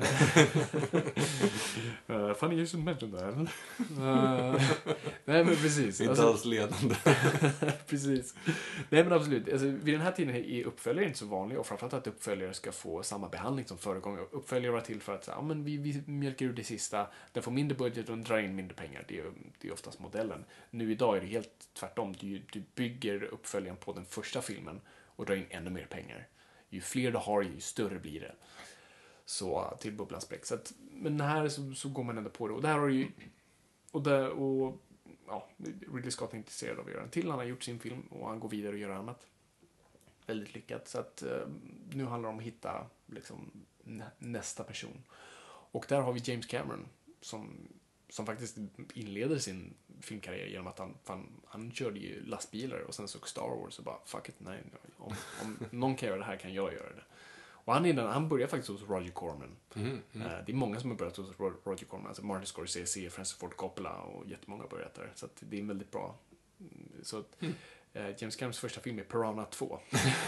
uh, funny you should mention that. Uh, nej, men precis. Inte alltså, alls ledande. precis. Nej, men absolut. Alltså, vid den här tiden är uppföljare inte så vanliga och framförallt att uppföljare ska få samma behandling som föregångare. Uppföljare var till för att ja, men vi, vi mjölkar ur det sista, den får mindre budget och drar in mindre pengar. Det är, det är oftast modellen. Nu idag är det helt tvärtom. Du, du bygger uppföljaren på den första filmen och drar in ännu mer pengar. Ju fler du har, ju större blir det. Så till bubblans spräck. Så att, men här så, så går man ändå på det. Och där har ju... Och, där, och ja, Ridley Scott är intresserad av att göra en till. Han har gjort sin film och han går vidare och gör annat. Väldigt lyckat. Så att uh, nu handlar det om att hitta liksom, nä, nästa person. Och där har vi James Cameron som, som faktiskt inleder sin filmkarriär genom att han, han, han körde ju lastbilar och sen såg Star Wars och bara, fuck it, nej, om, om någon kan göra det här kan jag göra det. Och han, är, han började faktiskt hos Roger Corman. Mm, mm. Uh, det är många som har börjat hos Roger Corman, alltså Martin Scorsese, Francis Ford Coppola och jättemånga har börjat där. Så att det är väldigt bra. Så att, mm. uh, James Camerons första film är Piranha två.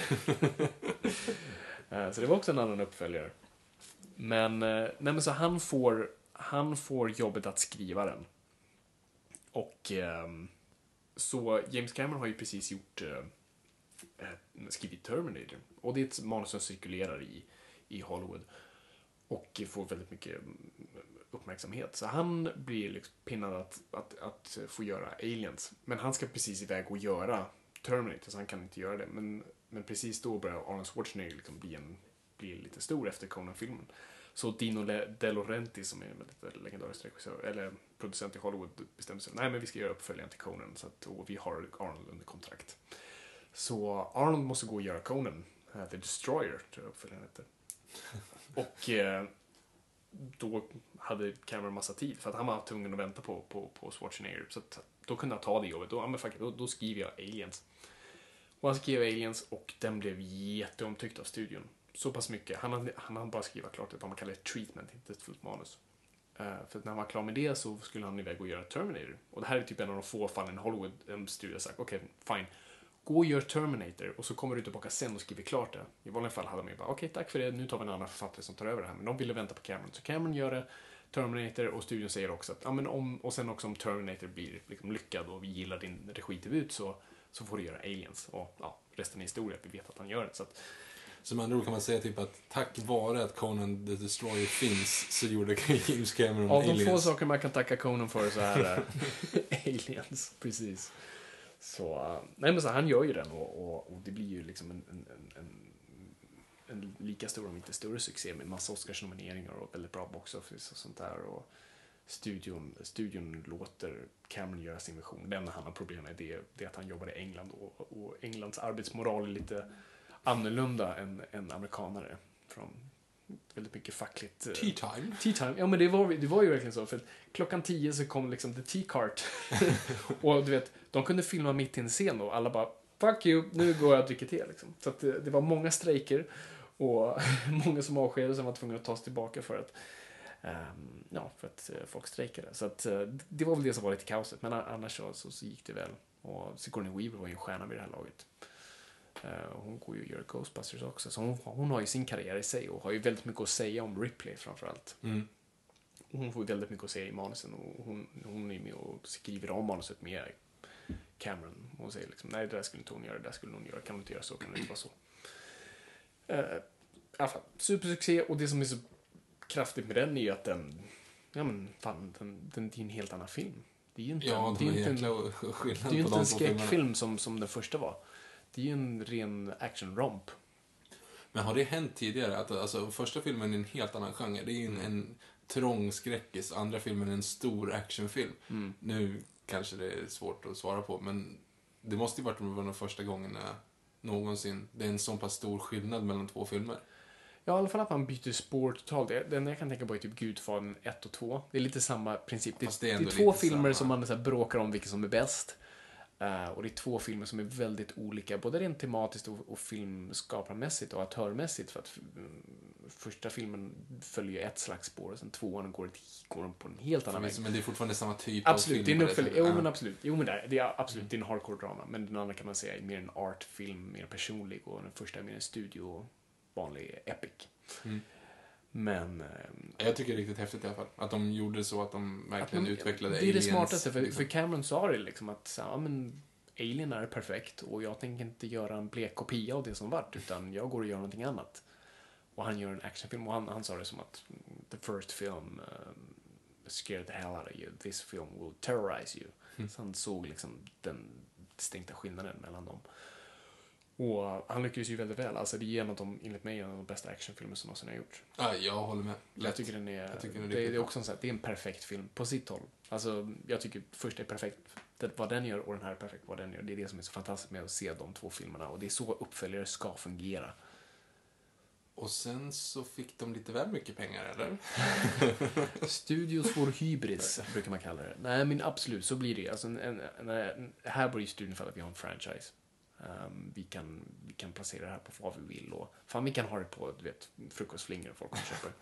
uh, så det var också en annan uppföljare. Men, uh, nej, men så han får, han får jobbet att skriva den. Och um, så James Cameron har ju precis gjort uh, skrivit Terminator. Och det är ett manus som cirkulerar i, i Hollywood. Och får väldigt mycket uppmärksamhet. Så han blir liksom pinnad att, att, att få göra Aliens. Men han ska precis iväg och göra Terminator, så han kan inte göra det. Men, men precis då börjar Arnold Schwarzenegger liksom bli, en, bli lite stor efter Conan-filmen. Så Dino De Laurentiis, som är en väldigt legendarisk regissör, eller producent i Hollywood, bestämde sig, nej men vi ska göra uppföljaren till Conan, så att, och vi har Arnold under kontrakt. Så Arnold måste gå och göra Conan, uh, The Destroyer, tror jag uppföljaren heter. Och uh, då hade Cameron massa tid, för att han var tvungen att vänta på, på, på Schwarzenegger. Så att, då kunde han ta det jobbet, då, ja, men fuck, då, då skriver jag Aliens. Och han skrev Aliens och den blev jätteomtyckt av studion. Så pass mycket. Han hade, han hade bara skriva klart ett vad man kallar ett treatment, inte ett fullt manus. Uh, för att när han var klar med det så skulle han iväg och göra Terminator. Och det här är typ en av de få fallen i Hollywood en studio har sagt, okej, okay, fine. Gå och gör Terminator och så kommer du tillbaka sen och skriver klart det. I vanliga fall hade man ju bara, okej, okay, tack för det, nu tar vi en annan författare som tar över det här. Men de ville vänta på Cameron. Så Cameron gör det, Terminator, och studion säger också att, ja men om, och sen också om Terminator blir liksom lyckad och vi gillar din regidebut så, så får du göra Aliens. Och ja, resten är historia, vi vet att han gör det. Så att, så med andra ord kan man säga typ att tack vare att Conan the Destroyer finns så gjorde James Cameron Av Aliens. de få saker man kan tacka Conan för så här är Aliens, precis. Så, nej men så han gör ju den och, och, och det blir ju liksom en, en, en, en lika stor, om inte större succé med massa Oscars-nomineringar och väldigt bra box office och sånt där. Och studion, studion låter Cameron göra sin version. Det enda han har problem med det, det är att han jobbar i England och, och Englands arbetsmoral är lite annorlunda än, än amerikanare. Från väldigt mycket fackligt... Tea time. Tea time, ja men det var, det var ju verkligen så. För klockan tio så kom liksom the tea cart. Och du vet, de kunde filma mitt i en scen och alla bara, fuck you, nu går jag och dricker te liksom. Så att det, det var många strejker och många som avskedades som var tvungna att ta sig tillbaka för att um, ja, för att uh, folk strejkade. Så att uh, det var väl det som var lite kaoset. Men annars så, så, så gick det väl. Och Sigourney Weaver var ju en stjärna vid det här laget. Uh, hon går ju och gör Ghostbusters också. Så hon, hon har ju sin karriär i sig och har ju väldigt mycket att säga om Ripley framförallt. Mm. Hon får väldigt mycket att säga i manusen och hon, hon är med och skriver om manuset med Cameron. Hon säger liksom, nej det där skulle inte hon göra, det där skulle hon göra, kan hon inte göra så, kan det inte vara så. Uh, alla fall, supersuccé, och det som är så kraftigt med den är ju att den, ja men fan, den, den, det är en helt annan film. Det är ju inte, Ja, det är de är inte en, jäkla skillnad det är ju på inte de en två filmerna. skräckfilm som, som den första var. Det är ju en ren action-romp. Men har det hänt tidigare att alltså, första filmen är en helt annan genre? Det är en, en trång skräckis, andra filmen är en stor actionfilm. Mm. Nu kanske det är svårt att svara på, men det måste ju varit de, de första gångerna någonsin. Det är en så pass stor skillnad mellan två filmer. Ja, i alla fall att man byter spår totalt. Det det enda jag kan tänka på är typ Gudfadern ett och två. Det är lite samma princip. Det, Fast det är det är, ändå två lite filmer samma. som man så här bråkar om vilken som är bäst. Uh, och det är två filmer som är väldigt olika, både rent tematiskt och, och filmskaparmässigt och aktörmässigt. För att mm, första filmen följer ett slags spår och sen tvåan går, ett, går på en helt annan väg. Men det är fortfarande samma typ Absolut, av det är film. en uppföljning. Jo, Ja. men absolut. Jo, men det är absolut, det är en hardcore-drama. Men den andra kan man säga är mer en artfilm, mer personlig. Och den första är mer en studio, vanlig epic. Mm. Men... Eh, Jag tycker det är riktigt häftigt i alla fall. Att de gjorde så att de verkligen att man- utvecklade Det är det aliens, smartaste, för, liksom. för Cameron sa det liksom att så, ja, men Alien är perfekt och jag tänker inte göra en blek kopia av det som varit, utan jag går och gör någonting annat. Och han gör en actionfilm och han, han sa det som att the first film um, scared the hell out of you, this film will terrorize you. Mm. Så han såg liksom den distinkta skillnaden mellan dem. Och han lyckades ju väldigt väl. Alltså det är en av de, enligt mig, en av de bästa actionfilmer som någonsin har gjorts. Ja, jag håller med. Jag tycker den är, Jag tycker den är det, riktigt det är bra. också en sån här, det är en perfekt film på sitt håll. Alltså jag tycker första är perfekt det, vad den gör och den här är perfekt vad den gör. Det är det som är så fantastiskt med att se de två filmerna och det är så uppföljare ska fungera. Och sen så fick de lite väl mycket pengar, eller? Studios for hybris brukar man kalla det. Nej men absolut, så blir det. Alltså, en, en, en, en, här börjar studion för att vi har en franchise. Um, vi, kan, vi kan placera det här på vad vi vill och fan vi kan ha det på du vet, frukostflingor folk köper.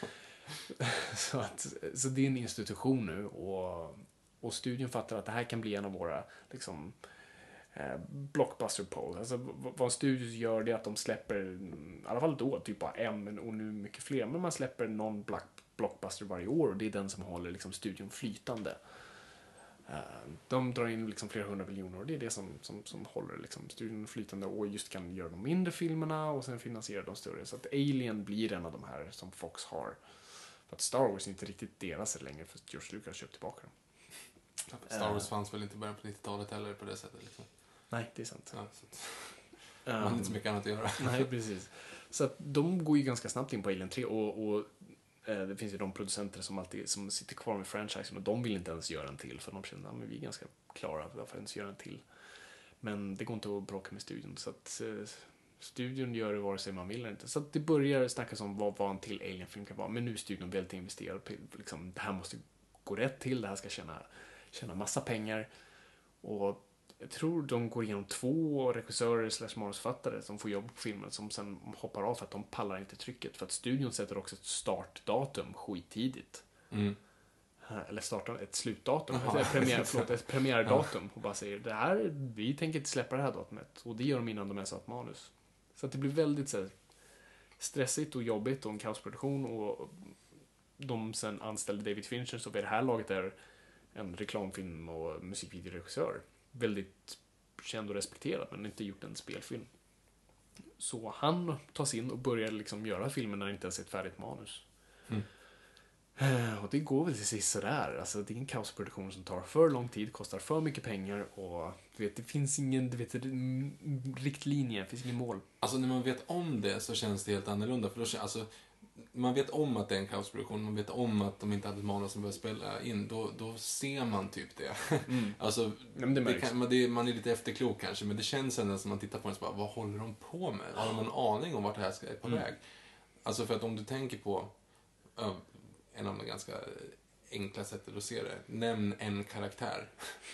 så, att, så det är en institution nu och, och studion fattar att det här kan bli en av våra liksom, eh, blockbuster poll. Alltså, v- vad studios gör det är att de släpper, i alla fall då, typ bara en och nu mycket fler, men man släpper någon block, blockbuster varje år och det är den som håller liksom, studion flytande. Uh, de drar in liksom flera hundra miljoner och det är det som, som, som håller liksom, studion flytande och just kan göra de mindre filmerna och sen finansiera de större. Så att Alien blir en av de här som Fox har. För att Star Wars är inte riktigt deras längre för att George Lucas köpt tillbaka dem. Star Wars fanns väl inte i början på nittiotalet heller på det sättet. Liksom. Nej, det är sant. Ja, så att, man har Um, inte så mycket annat att göra. nej, precis. Så att de går ju ganska snabbt in på Alien tre och, och eh, det finns ju de producenter som alltid som sitter kvar med franchisen och de vill inte ens göra en till för de känner att ja, vi är ganska klara varför ens göra en till. Men det går inte att bråka med studion så att eh, studion gör det vare sig man vill eller inte. Så att det börjar snackas om vad, vad en till Alien-film kan vara. Men nu är studion väldigt investerad på liksom, det här måste gå rätt till, det här ska tjäna, tjäna massa pengar och jag tror de går igenom två regissörer slash manusförfattare som får jobb på filmen som sen hoppar av för att de pallar inte trycket. För att studion sätter också ett startdatum skittidigt. Mm. Eller startar ett slutdatum, Jaha. ett, premiär, förlåt, ett premiärdatum och bara säger det här, vi tänker inte släppa det här datumet. Och det gör de innan de ens har ett manus. Så att det blir väldigt så här, stressigt och jobbigt och en kaosproduktion och de sen anställde David Fincher som vid det här laget är en reklamfilm och musikvideoregissör. Väldigt känd och respekterad men inte gjort en spelfilm. Så han tas in och börjar liksom göra filmen när det inte ens är ett färdigt manus. Mm. Och det går väl till sist sådär. Alltså, det är en kaosproduktion som tar för lång tid, kostar för mycket pengar och du vet, det finns ingen du vet, riktlinje, det finns ingen mål. Alltså när man vet om det så känns det helt annorlunda. För då, kän- alltså, man vet om att det är en kaosproduktion, man vet om att de inte hade ett manus som började spela in. Då, då ser man typ det. Mm. Alltså, Ja, men det det märks. kan, man, det, man är lite efterklok kanske, men det känns ändå som man tittar på den så bara, vad håller de på med? Har de en aning om vart det här ska, är på Mm. väg? Alltså för att om du tänker på uh, en av de ganska enkla sättet att se det. Nämn en karaktär.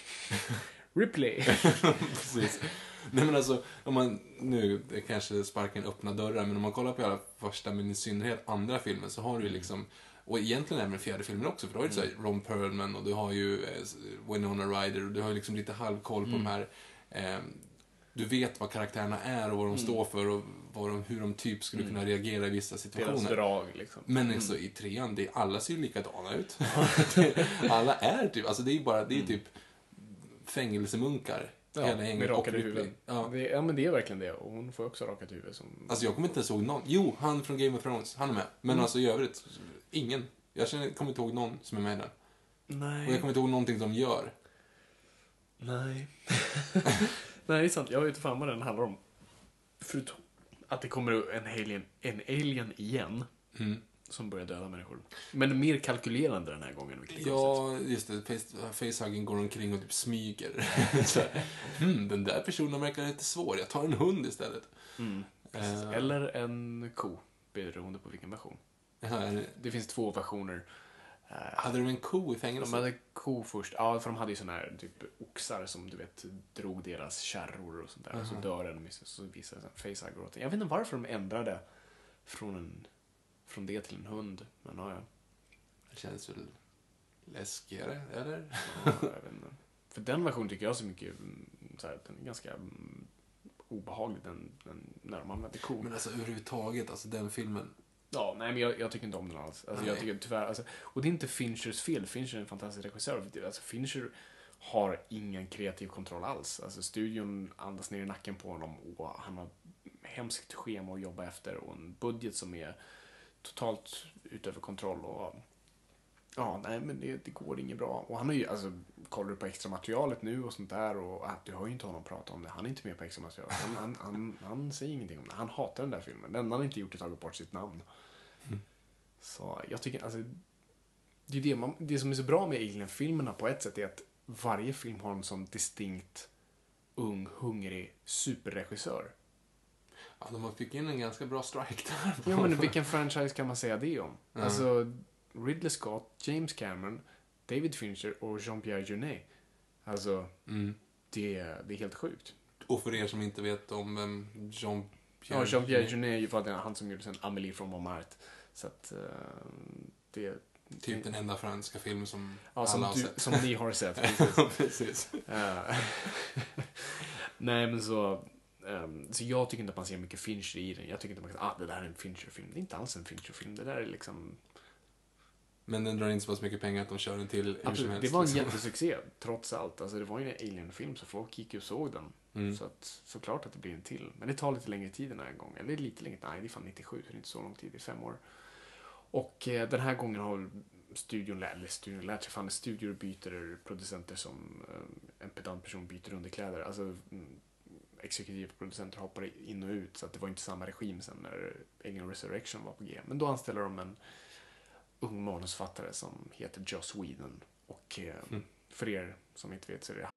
Ripley. Precis. Nej men alltså, om man, nu det kanske sparkar in öppna dörrar, men om man kollar på alla första, men i synnerhet andra filmen, så har du ju liksom, och egentligen även fjärde filmen också, för du har ju mm. Ron Perlman och du har ju eh, Winona Ryder och du har ju liksom lite halvkoll på Mm. de här, eh, du vet vad karaktärerna är och vad de Mm. står för och vad de, hur de typ skulle Mm. kunna reagera i vissa Deras situationer. drag liksom. Men alltså, i trean, det, alla ser ju likadana ut. alla är typ, alltså det är ju bara, det är typ fängelsemunkar Ja, Hela gänget med och rakade Ripley. huvuden. Ja. Det, ja, men det är verkligen det. Och hon får också rakat huvud. Som... Alltså jag kommer inte ens ihåg någon. Jo, han från Game of Thrones, han är med. Men Mm. alltså i övrigt, ingen. Jag känner, kommer inte ihåg någon som är med där. Nej. Och jag kommer inte ihåg någonting de gör. Nej. Nej, det är sant. Jag vet inte fan vad den handlar om. Förutom att det kommer en alien, en alien igen. Mm. Som börjar döda människor. Men mer kalkylerande den här gången. Vilket är konstigt. Ja, just det. Face, facehuggen går omkring och typ smyger. Så här, hmm, den där personen verkar lite svår. Jag tar en hund istället. Mm. Eh. Eller en ko. Beroende på vilken version. Ja, Det finns två versioner. Eh, hade de en ko i De fängelset? hade ko först. Ja, för de hade ju såna här typ oxar som du vet drog deras kärror och sånt där. Och så dör den och så visar det sig facehugger åt den. Jag vet inte varför de ändrade från, en, från det till en hund. Men ja, ja. Det känns väl läskigare, eller? Ja, jag vet inte. För den versionen tycker jag så mycket mm, så här, den är ganska mm, obehaglig den, den, när de använder ko. Men alltså överhuvudtaget, alltså den filmen. Ja, nej men jag, jag tycker inte om den alls. Alltså, jag tycker tyvärr, alltså, och det är inte Finchers fel. Fincher är en fantastisk regissör. Alltså, Fincher har ingen kreativ kontroll alls. Alltså, studion andas ner i nacken på honom och han har hemskt schema att jobba efter och en budget som är totalt utöver kontroll. Och, ja, nej men det, det går inget bra. Och han har ju, alltså, kollar du på extra materialet nu och sånt där och att du hör ju inte honom prata om det. Han är inte med på extra materialet. Han, han, han, han säger ingenting om det. Han hatar den där filmen. Den han inte gjort är tagit bort sitt namn. Mm. Så jag tycker, alltså, det är det, man, det som är så bra med Alien-filmerna på ett sätt är att varje film har en sån distinkt ung, hungrig superregissör. Ja, de fick in en ganska bra strike där. Ja, men vilken franchise kan man säga det om? Mm. Alltså, Ridley Scott, James Cameron, David Fincher och Jean-Pierre Jeunet. Alltså, Mm. det, det är helt sjukt. Och för er som inte vet om um, Jean-Pierre... Ja, Jean-Pierre Jeunet var han som gjorde sen Amélie från Montmartre. Så att uh, det... Typ den enda franska film som ja, som, alla har du, sett. som ni har sett. Precis. Precis. Uh, nej, men så... Um, så jag tycker inte att man ser mycket Fincher i den. Jag tycker inte att man kan ah, det där är en Fincher-film. Det är inte alls en Fincher-film. Det där är liksom... Men den drar inte så pass mycket pengar att de kör den till hur som Absolut, helst. det var en liksom. jättesuccé, trots allt. Alltså, det var ju en Alien-film, så folk gick ju och såg den. Mm. Så att, såklart att det blir en till. Men det tar lite längre tid den här gången. Eller lite längre, nej det är fan nittiosju, så det är inte så lång tid, det är fem år. Och eh, den här gången har studion, eller studion lärt sig, fan studior byter producenter som eh, en pedant person byter underkläder. Alltså mm, exekutiva producenter hoppar in och ut, så att det var inte samma regim sen när Alien Resurrection var på G. Men då anställer de en ung manusfattare som heter Joss Whedon. Och eh, mm. för er som inte vet så är det...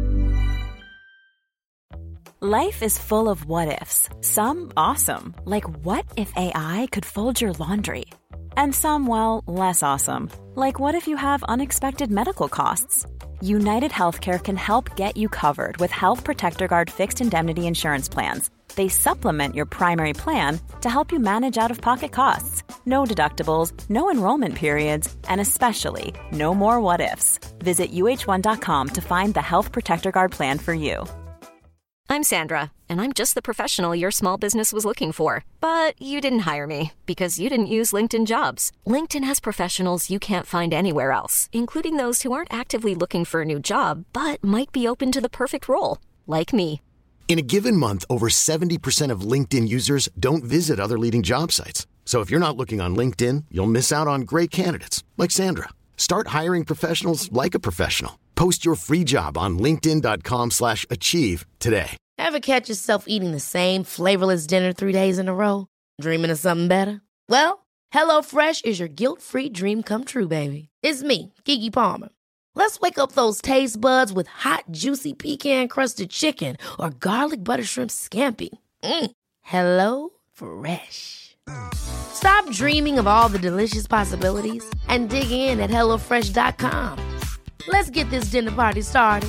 Life is full of what-ifs. Some awesome, like what if A I could fold your laundry? And some, well, less awesome, like what if you have unexpected medical costs? United Healthcare can help get you covered with Health Protector Guard fixed indemnity insurance plans. They supplement your primary plan to help you manage out-of-pocket costs. No deductibles, no enrollment periods, and especially no more what-ifs. Visit U H one dot com to find the Health Protector Guard plan for you. I'm Sandra, and I'm just the professional your small business was looking for. But you didn't hire me because you didn't use LinkedIn Jobs. LinkedIn has professionals you can't find anywhere else, including those who aren't actively looking for a new job, but might be open to the perfect role, like me. In a given month, over seventy percent of LinkedIn users don't visit other leading job sites. So if you're not looking on LinkedIn, you'll miss out on great candidates like Sandra. Start hiring professionals like a professional. Post your free job on linkedin dot com slash achieve today. Ever catch yourself eating the same flavorless dinner three days in a row? Dreaming of something better? Well, HelloFresh is your guilt-free dream come true, baby. It's me, Keke Palmer. Let's wake up those taste buds with hot, juicy pecan-crusted chicken or garlic butter shrimp scampi. Mm. Hello Fresh. Stop dreaming of all the delicious possibilities and dig in at hello fresh dot com. Let's get this dinner party started.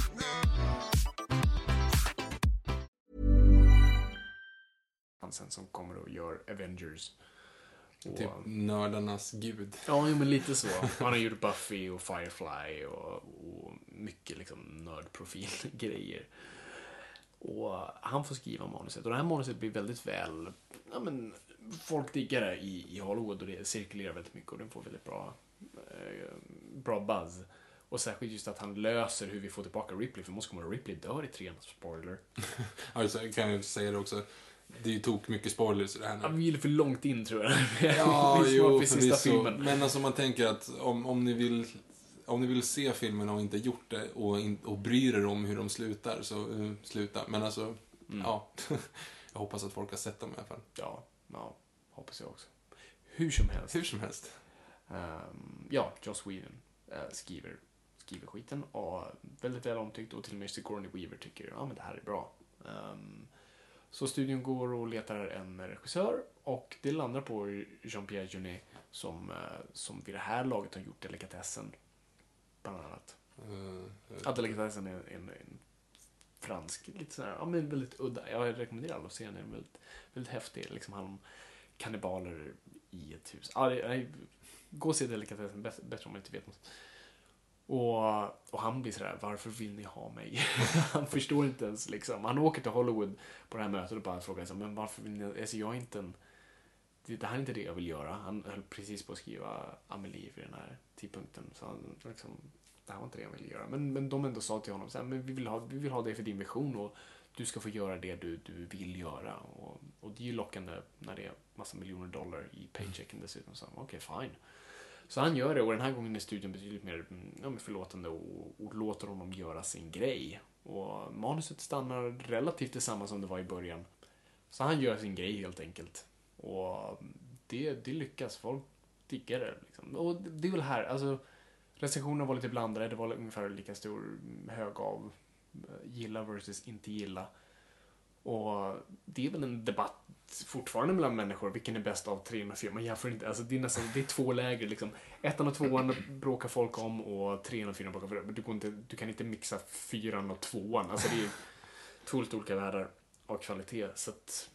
Sen som kommer och gör Avengers. Och, Typ nördarnas gud. ja, men lite så. Han har gjort Buffy och Firefly och, och mycket liksom nördprofil-grejer. Och han får skriva manuset. Och det här manuset blir väldigt väl... Ja, men, folk diggar det i, i Hollywood och det cirkulerar väldigt mycket och den får väldigt bra, eh, bra buzz. Och särskilt just att han löser hur vi får tillbaka Ripley. För måste komma ihåg, Ripley dör i trean, spoiler. Alltså, kan jag säga det också. Det är ju tok mycket spoilers i det här nu. Ja, vi är för långt in, tror jag. Ja, vi jo, för sista förvisso. filmen. Men alltså man tänker att om, om ni vill... Om ni vill se filmen och inte gjort det och, in, och bryr er om hur de slutar, så uh, sluta. Men alltså, mm. ja. Jag hoppas att folk har sett dem i alla fall. Ja, ja, hoppas jag också. Hur som helst. Hur som helst. Um, ja, Joss Whedon uh, skriver, skriver skiten och väldigt väl omtyckt, och till och med Sigourney Weaver tycker ja men det här är bra. Um, så studion går och letar en regissör, och det landar på Jean-Pierre Jeunet som, uh, som vid det här laget har gjort Delikatessen bland annat. Uh, uh, ja, Delikatessen är en, en, en fransk, lite sådär, ja men väldigt udda. Jag rekommenderar alla att se den, är väldigt, väldigt häftig. Liksom han om kannibaler i ett hus. Ja, det, nej, gå och se Delikatessen, bättre, bättre om man inte vet något. Och, och han blir sådär, varför vill ni ha mig? Han förstår inte ens liksom. Han åker till Hollywood på det här mötet och bara frågar sig, men varför vill ni, alltså jag är inte en, det, det här är inte det jag vill göra. Han höll precis på att skriva Amelie vid den här tidpunkten, så han liksom, det här var inte det jag ville göra. Men, men de ändå sa till honom så här, men vi vill ha, vi vill ha det för din vision, och du ska få göra det du, du vill göra. Och, och det är ju lockande när det är massa miljoner dollar i paychecken dessutom. Så okej, okay, fine. Så han gör det, och den här gången är studion betydligt mer ja, förlåtande och, och låter honom göra sin grej. Och manuset stannar relativt detsamma som det var i början. Så han gör sin grej helt enkelt. Och det, det lyckas, folk diggar det. Liksom. Och det är väl här, alltså recensionerna var lite blandade, det var ungefär lika stor hög av gilla versus inte gilla. Och det är väl en debatt fortfarande mellan människor, vilken är bäst av trean och fyran. Man jämför inte, alltså det är nästan, det är två läger liksom. Ettan och tvåan bråkar folk om, och trean och fyran bråkar för, men du, går inte, du kan inte mixa fyran och tvåan. Alltså det är ju två olika världar av kvalitet, så att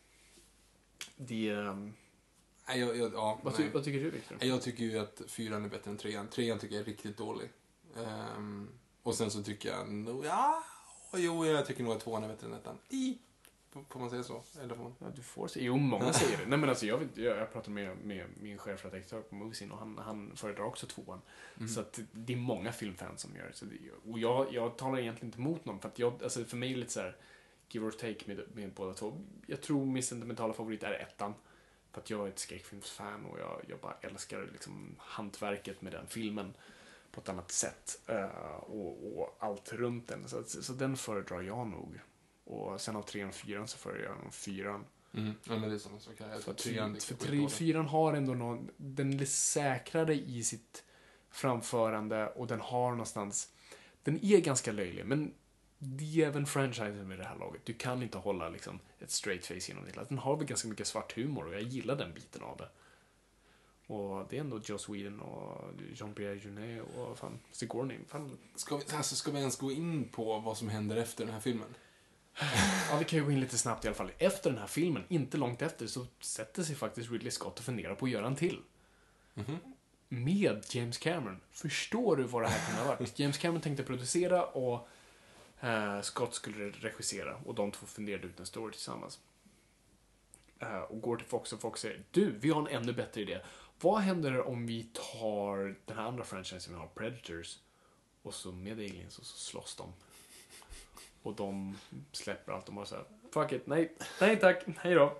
det um... nej, jag, jag, ja, vad, ty, vad tycker du, Victor? Jag tycker ju att fyran är bättre än trean. Trean tycker jag är riktigt dålig. Um, och sen så tycker jag no, ja, jo, jag tycker nog att tvåan är bättre än ettan. I Får man säga så? Eller får man... Ja, du får säga. Jo, många säger det. Nej, men alltså, jag, vet, jag, jag pratade med, med min chefredaktör på Moviesin, och han, han föredrar också tvåan. Mm. Så att det är många filmfans som gör det. Så det och jag, jag talar egentligen inte emot någon. För, att jag, alltså, för mig är det lite så här give or take med, med båda två. Jag tror min sentimentala favorit är ettan. För att jag är ett skräckfilmsfan, och jag, jag bara älskar liksom hantverket med den filmen på ett annat sätt. Uh, och, och allt runt den. Så, så den föredrar jag nog. Och sen av trean och fyran så föredrar jag nog fyran. Mm. Ja, men det är så, så kan jag. För, trean, för tre, fyran har ändå någon, den är säkrare i sitt framförande, och den har någonstans, den är ganska löjlig, men det är även franchisen med det här laget. Du kan inte hålla liksom ett straight face genom det. Den har väl ganska mycket svart humor, och jag gillar den biten av det. Och det är ändå Joss Whedon och Jean-Pierre Jeunet och fan, Sigourney. Fan. Ska vi, alltså, ska vi ens gå in på vad som händer efter den här filmen? Ja, vi kan ju gå in lite snabbt i alla fall. Efter den här filmen, inte långt efter, så sätter sig faktiskt Ridley Scott och funderar på att göra en till. Mm-hmm. Med James Cameron. Förstår du vad det här kunde ha varit? James Cameron tänkte producera, och eh, Scott skulle regissera, och de två funderade ut en story tillsammans. Eh, och går till Fox, och Fox säger, du, vi har en ännu bättre idé. Vad händer om vi tar den här andra franchisen vi har, Predators, och så med aliens, och så slåss de. Och de släpper allt. De bara så här, fuck it, nej, nej tack, hej då.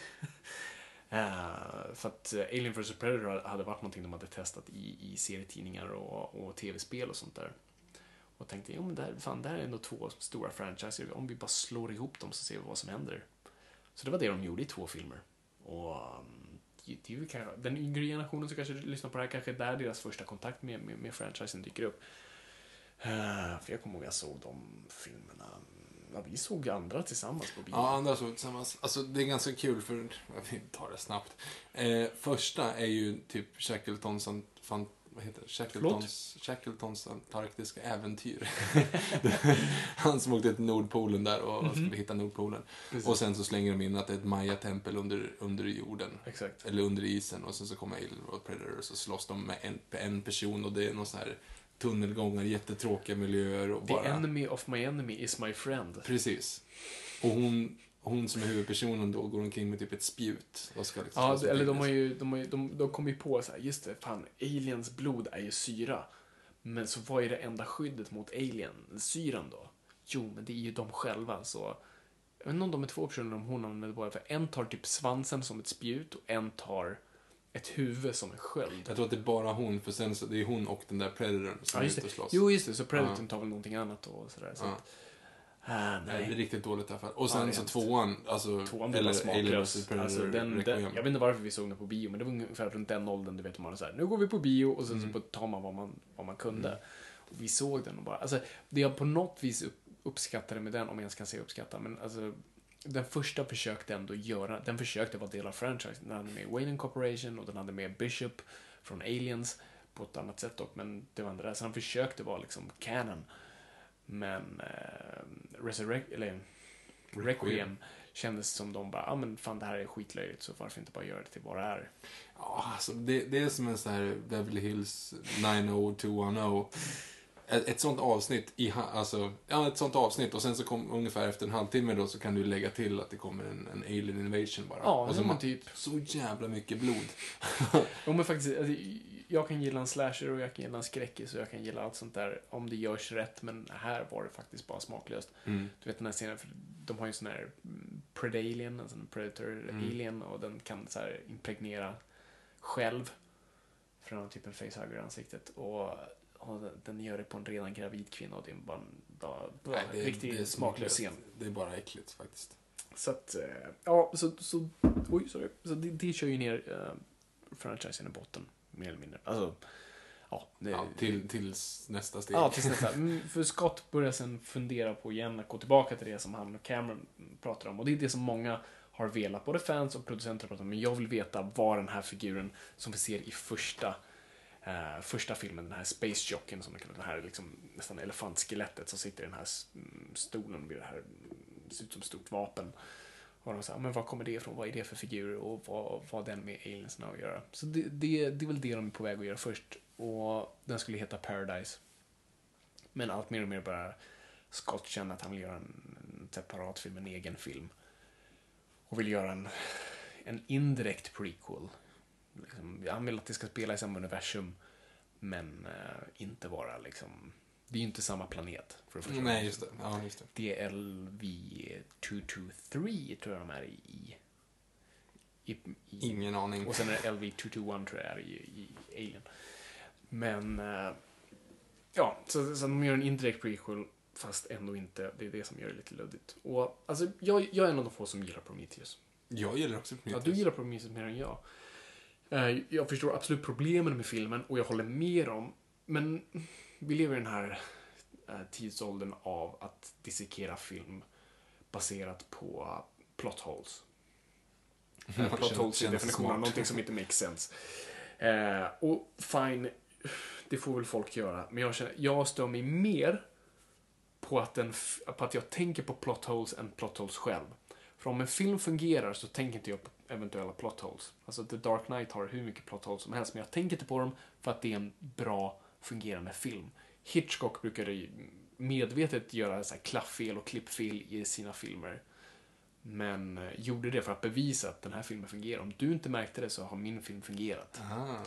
uh, för att uh, Alien versus. Predator hade varit någonting de hade testat i, i serietidningar och, och tv-spel och sånt där. Och tänkte, jo men det här, fan, det här är ändå två stora franchiser. Om vi bara slår ihop dem så ser vi vad som händer. Så det var det de gjorde i två filmer. Och um, det, det är ju kanske, den yngre generationen som kanske lyssnar på det här, kanske där deras första kontakt med, med, med franchisen dyker upp. Uh, för jag kommer ihåg jag såg de filmerna. Ja, vi såg andra tillsammans på bio. Ja, andra såg tillsammans. Alltså det är ganska kul, för vi tar det snabbt. Eh, första är ju typ Shackletons fan, vad heter det? Shackletons, Shackletons antarktiska äventyr. Han som åkte till Nordpolen där och mm-hmm. skulle hitta Nordpolen. Precis. Och sen så slänger de in att det är ett Maya-tempel under, under jorden. Exakt. Eller under isen. Och sen så kommer Alien och Predators och slåss de med en, en person, och det är någon sån här tunnelgångar, jättetråkiga miljöer och The bara... enemy of my enemy is my friend. Precis. Och hon, hon som är huvudpersonen då går omkring med typ ett spjut. Och ska liksom ja, eller de har ju, de, har ju, de, de kom ju på så här, just det, fan, aliens blod är ju syra. Men så vad är det enda skyddet mot alien-syran då? Jo, men det är ju de själva, så jag vet inte om de är två personer om hon använder bara, för en tar typ svansen som ett spjut och en tar ett huvud som en sköld. Jag tror att det är bara hon, för sen så det är hon och den där predatorn som ja, är ute och slåss. Jo, just det, så predatorn ja. tar väl någonting annat och sådär. Så ja. att, ah, nej. Det är riktigt dåligt i alla fall. Och sen ja, så tvåan, alltså, tvåan eller Alien versus. Predator, alltså, den, den, jag vet inte varför vi såg den på bio, men det var ungefär runt den åldern, du vet, man så här, nu går vi på bio och sen mm. så tar man vad man, vad man kunde. Mm. Och vi såg den och bara, alltså, det jag på något vis upp, uppskattade med den, om jag ens kan säga uppskatta, men alltså, den första försökte ändå göra, den försökte vara del av franchise. Den hade med Wayne Corporation och den hade med Bishop från Aliens på ett annat sätt dock, men det var andra. Så han försökte vara liksom canon. Men eh, Resurrect, eller Requiem kändes som de bara, ja ah, men fan det här är skitlöjligt, så varför inte bara göra det till vad det är. Ja, alltså det, det är som en sån här Beverly Hills nio oh två ett noll. Ett, ett sånt avsnitt i, alltså, ja, ett sånt avsnitt och sen så kom ungefär efter en halvtimme då så kan du lägga till att det kommer en, en alien invasion bara. Ja, och så men typ så jävla mycket blod. Jo, men faktiskt, alltså, jag kan gilla en slasher och jag kan gilla en skräckis och jag kan gilla allt sånt där om det görs rätt, men här var det faktiskt bara smaklöst. Mm. Du vet den här scenen, för de har ju en sån här Predalien, en sån Predator mm. alien, och den kan så här impregnera själv från typ en facehugger i ansiktet, och och den gör det på en redan gravid kvinna, och det är bara, bara, bara Nej, det är, riktigt det är smaklös scen. Det är bara äckligt faktiskt. Så att, ja, så, så, oj, sorry. Så det, det kör ju ner uh, franchisen i botten, mer eller mindre. Alltså, ja. Det, ja till, till nästa steg. Ja, till nästa. För Scott börjar sen fundera på igen att gå tillbaka till det som han och Cameron pratar om, och det är det som många har velat, både fans och producenter pratar om, men jag vill veta vad den här figuren som vi ser i första Uh, första filmen, den här Space Jocken som man kallar den här liksom, nästan elefantskelettet som sitter i den här stolen vid det här, ser ut som ett stort vapen, och de säger, men var kommer det ifrån, vad är det för figur och vad, vad den med aliensna att göra, så det, det, det är väl det de är på väg att göra först, och den skulle heta Paradise, men allt mer och mer bara Scott känner att han vill göra en, en separat film, en egen film, och vill göra en, en indirekt prequel. Liksom, han vill att det ska spela i samma universum, men uh, inte vara liksom, det är ju inte samma planet för att förstå. Nej, just det. Ja, just det. Det är L V två två tre tror jag de är i, i, i ingen aning. Och sen är det L V två två ett tror jag är i, i Alien. Men uh, ja, så, så de gör en indirekt prequel, fast ändå inte. Det är det som gör det lite luddigt. Och alltså, jag, jag är en av de få som gillar Prometheus. Jag gillar också Prometheus. Ja, du gillar Prometheus mer än jag. Jag förstår absolut problemen med filmen och jag håller med om, men vi lever i den här tidsåldern av att dissekera film baserat på plot holes. Mm, plot holes är definitionen av någonting som inte makes sense. Eh, och fine, det får väl folk göra, men jag känner, jag stör mig mer på att, den, på att jag tänker på plot holes än plot holes själv. För om en film fungerar så tänker inte jag på eventuella plot holes. Alltså The Dark Knight har hur mycket plot holes som helst, men jag tänker inte på dem för att det är en bra fungerande film. Hitchcock brukade medvetet göra så här klafffel och klippfel i sina filmer, men eh, gjorde det för att bevisa att den här filmen fungerar. Om du inte märkte det så har min film fungerat.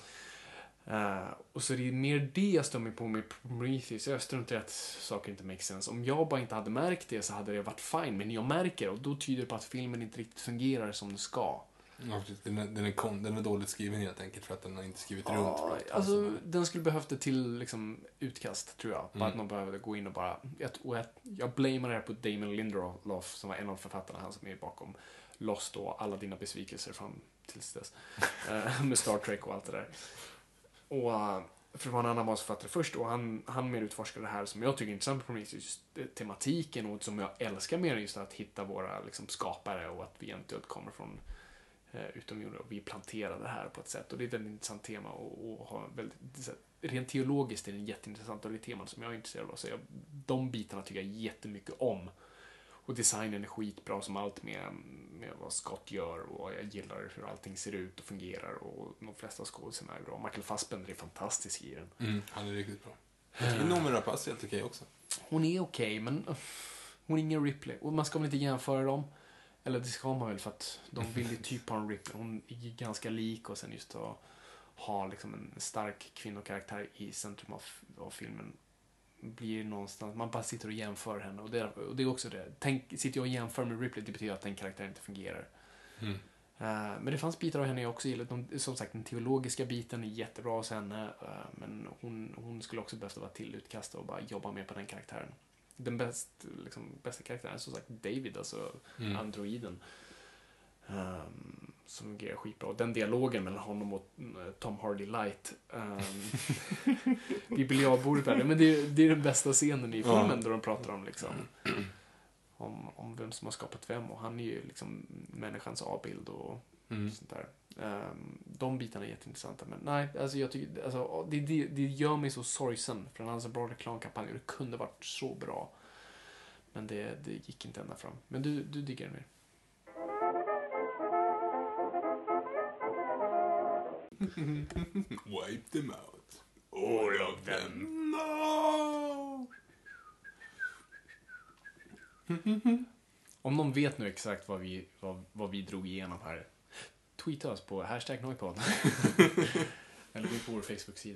Uh, och så det är mer det jag står mig på med Prometheus. Jag struntar i att saker inte make sense. Om jag bara inte hade märkt det så hade det varit fine, men jag märker och då tyder det på att filmen inte riktigt fungerar som den ska. Ja, den, är, den, är kon, den är dåligt skriven helt enkelt för att den har inte skrivit ja, runt. För att, alltså, alltså, den skulle behövt det till liksom, utkast, tror jag. Bara mm. att man behövde gå in och bara... Jag, och jag, jag blamear det här på Damon Lindelof som var en av författarna, han som är bakom Lost och alla dina besvikelser fram tills dess. uh, med Star Trek och allt det där. Och för det var en annan manusförfattare först, och han, han mer utforskade det här som jag tycker är intressant på Prometheus, just tematiken, och som jag älskar mer just att hitta våra liksom, skapare och att vi eventuellt kommer från eh, utomjorden och vi planterar det här på ett sätt, och det är ett väldigt intressant tema och, och har väldigt, här, rent teologiskt är det jätteintressant och det är teman som jag är intresserad av, så jag, de bitarna tycker jag jättemycket om. Och designen är skitbra som allt med, med vad Scott gör, och jag gillar hur allting ser ut och fungerar, och de flesta skådespelarna är bra. Michael Fassbender är fantastisk i den. Mm, han är riktigt bra. Jag tycker Noomi Rapace är helt okej också. Hon är okej, okay, men uh, hon är ingen Ripley. Och man ska väl inte jämföra dem. Eller det ska man väl, för att de vill ju typ ha en Ripley. Hon är ganska lik, och sen just ha, ha liksom en stark kvinnokaraktär i centrum av, av filmen blir någonstans, man bara sitter och jämför henne och det, och det är också det. Tänk, sitter jag och jämför med Ripley, det betyder att den karaktären inte fungerar. Mm. Uh, men det fanns bitar av henne jag också gillade. Som sagt, den teologiska biten är jättebra hos henne, uh, men hon, hon skulle också behöva vara till utkastad och bara jobba mer på den karaktären. Den bäst, liksom, bästa karaktären är som sagt David, alltså mm. androiden. Um, som fungerar skitbra. Och den dialogen mellan honom och uh, Tom Hardy Light um, vid biljardbordet där. Men det är, det är den bästa scenen i filmen, ja. Där de pratar om liksom om, om vem som har skapat vem, och han är ju liksom människans avbild och mm. sånt där. Um, de bitarna är jätteintressanta, men nej, alltså jag tycker alltså, det, det, det gör mig så sorgsen, för han hade så bra reklamkampanj och det kunde varit så bra, men det, det gick inte ända fram. Men du, du diggar den mer. Wipe them out. All of them. No! Om någon vet nu exakt vad vi, vad, vad vi drog igenom här, tweeta oss på hashtag Noipod. Eller gå på vår Facebook-sida.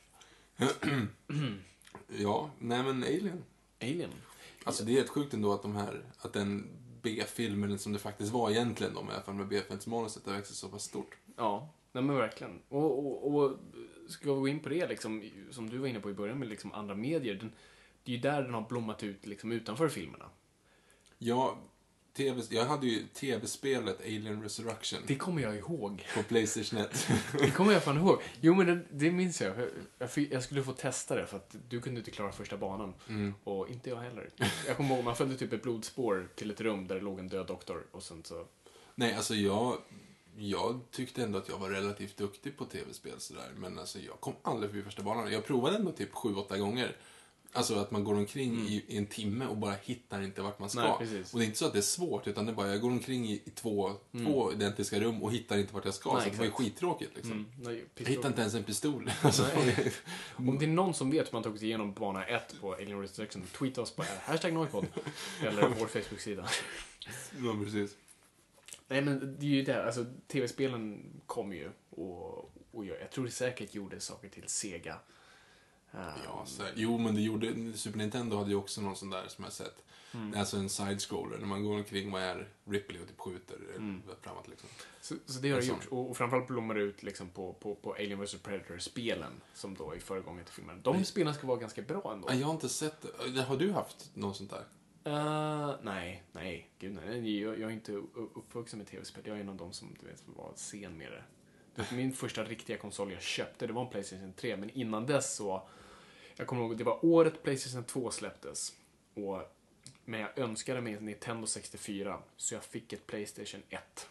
Ja, nej men Alien. Alien. Alltså det är helt sjukt ändå att de här, att den B-filmen som det faktiskt var egentligen då, med i alla fall med B-filmsmanuset, det växer så pass stort. Ja, nej men verkligen. Och, och, och ska vi gå in på det liksom, som du var inne på i början med liksom andra medier, den, det är ju där den har blommat ut liksom utanför filmerna. Ja, T V, jag hade ju tv-spelet Alien Resurrection. Det kommer jag ihåg. På PlayStation ett. Det kommer jag fan ihåg. Jo, men det, det minns jag. jag. Jag skulle få testa det för att du kunde inte klara första banan. Mm. Och inte jag heller. Jag kommer ihåg, man följde typ ett blodspår till ett rum där det låg en död doktor. Och sen så... Nej, alltså jag... Jag tyckte ändå att jag var relativt duktig på tv-spel sådär. Men alltså jag kom aldrig förbi första banan. Jag provade ändå typ sju, åtta gånger. Alltså att man går omkring mm. i, i en timme och bara hittar inte vart man ska. Nej, och det är inte så att det är svårt, utan det är bara jag går omkring i, i två, mm. två identiska rum och hittar inte vart jag ska. Nej, så exakt. Det var ju skittråkigt liksom. Mm. Nej, jag hittar inte ens en pistol. Alltså, om det är någon som vet hur man tog sig igenom bana ett på Alien Resurrection, tweeta oss på hashtag Noipod eller vår Facebook-sida. Ja, precis. Nej, men det är ju det. Alltså, tv-spelen kom ju och, och jag, jag tror det säkert gjorde saker till Sega. Um, ja, så, jo, men det gjorde Super Nintendo hade ju också någon sån där som jag sett. Mm. Alltså en side-scroller när man går omkring och är Ripley och typ skjuter mm. framåt liksom. Så, så det har det gjort, och, och framförallt blommar det ut liksom på, på, på Alien versus. Predator-spelen som då är föregångare till filmen. De spelen ska vara ganska bra ändå. Jag har inte sett det. Har du haft någon sånt där? Uh, nej, nej, gud nej. Jag, jag är inte uppvuxen med tv-spel. Jag är en av dem som, du vet, var sen med det. Det var min första riktiga konsol jag köpte, det var en PlayStation tre, men innan dess så, jag kommer ihåg, det var året PlayStation två släpptes, och men jag önskade mig en Nintendo sextiofyra, så jag fick ett PlayStation ett.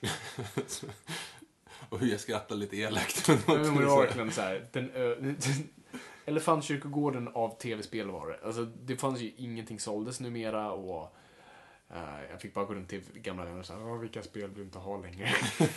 Och hur jag skrattade lite elakt. Ja, men det var verkligen så här, den, den, Elefantkyrkogården av tv-spel var det. Alltså, det fanns ju ingenting såldes numera, och uh, jag fick bara gå runt till gamla vänner och säga, vilka spel vill du inte ha längre?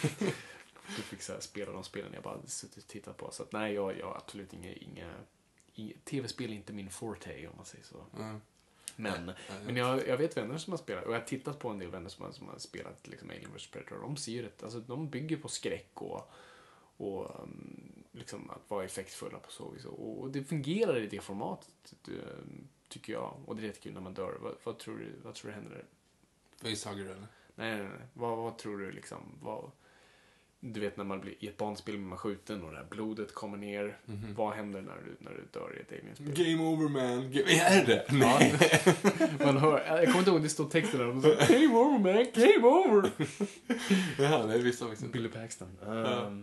Du fick så här, spela de spelen jag bara suttit och tittat på. Så att, nej, jag har absolut inga, inga, inga... Tv-spel är inte min forte, om man säger så. Mm. Men, mm. men jag, jag vet vänner som har spelat, och jag har tittat på en del vänner som har, som har spelat liksom Alien versus. Predator. De ser det, alltså de bygger på skräck och, och um, liksom att vara effektfulla på så vis. Och, och det fungerar i det formatet, tycker jag. Och det är rätt kul när man dör. Vad, vad, tror, du, vad tror du händer? Facehugger eller? Nej, nej, nej. Vad, vad tror du liksom, vad... Du vet när man blir i ett barnspel med man skjuten och det här blodet kommer ner. Mm-hmm. Vad händer när du, när du dör i ett Alien-spel? Game over, man. Game... Är det? Nej. Ja. Man hör, jag kommer inte ihåg, det står texten där. Och så, game over, man. Game over. Ja, det är vissa också. Billy Paxton. Um, ja.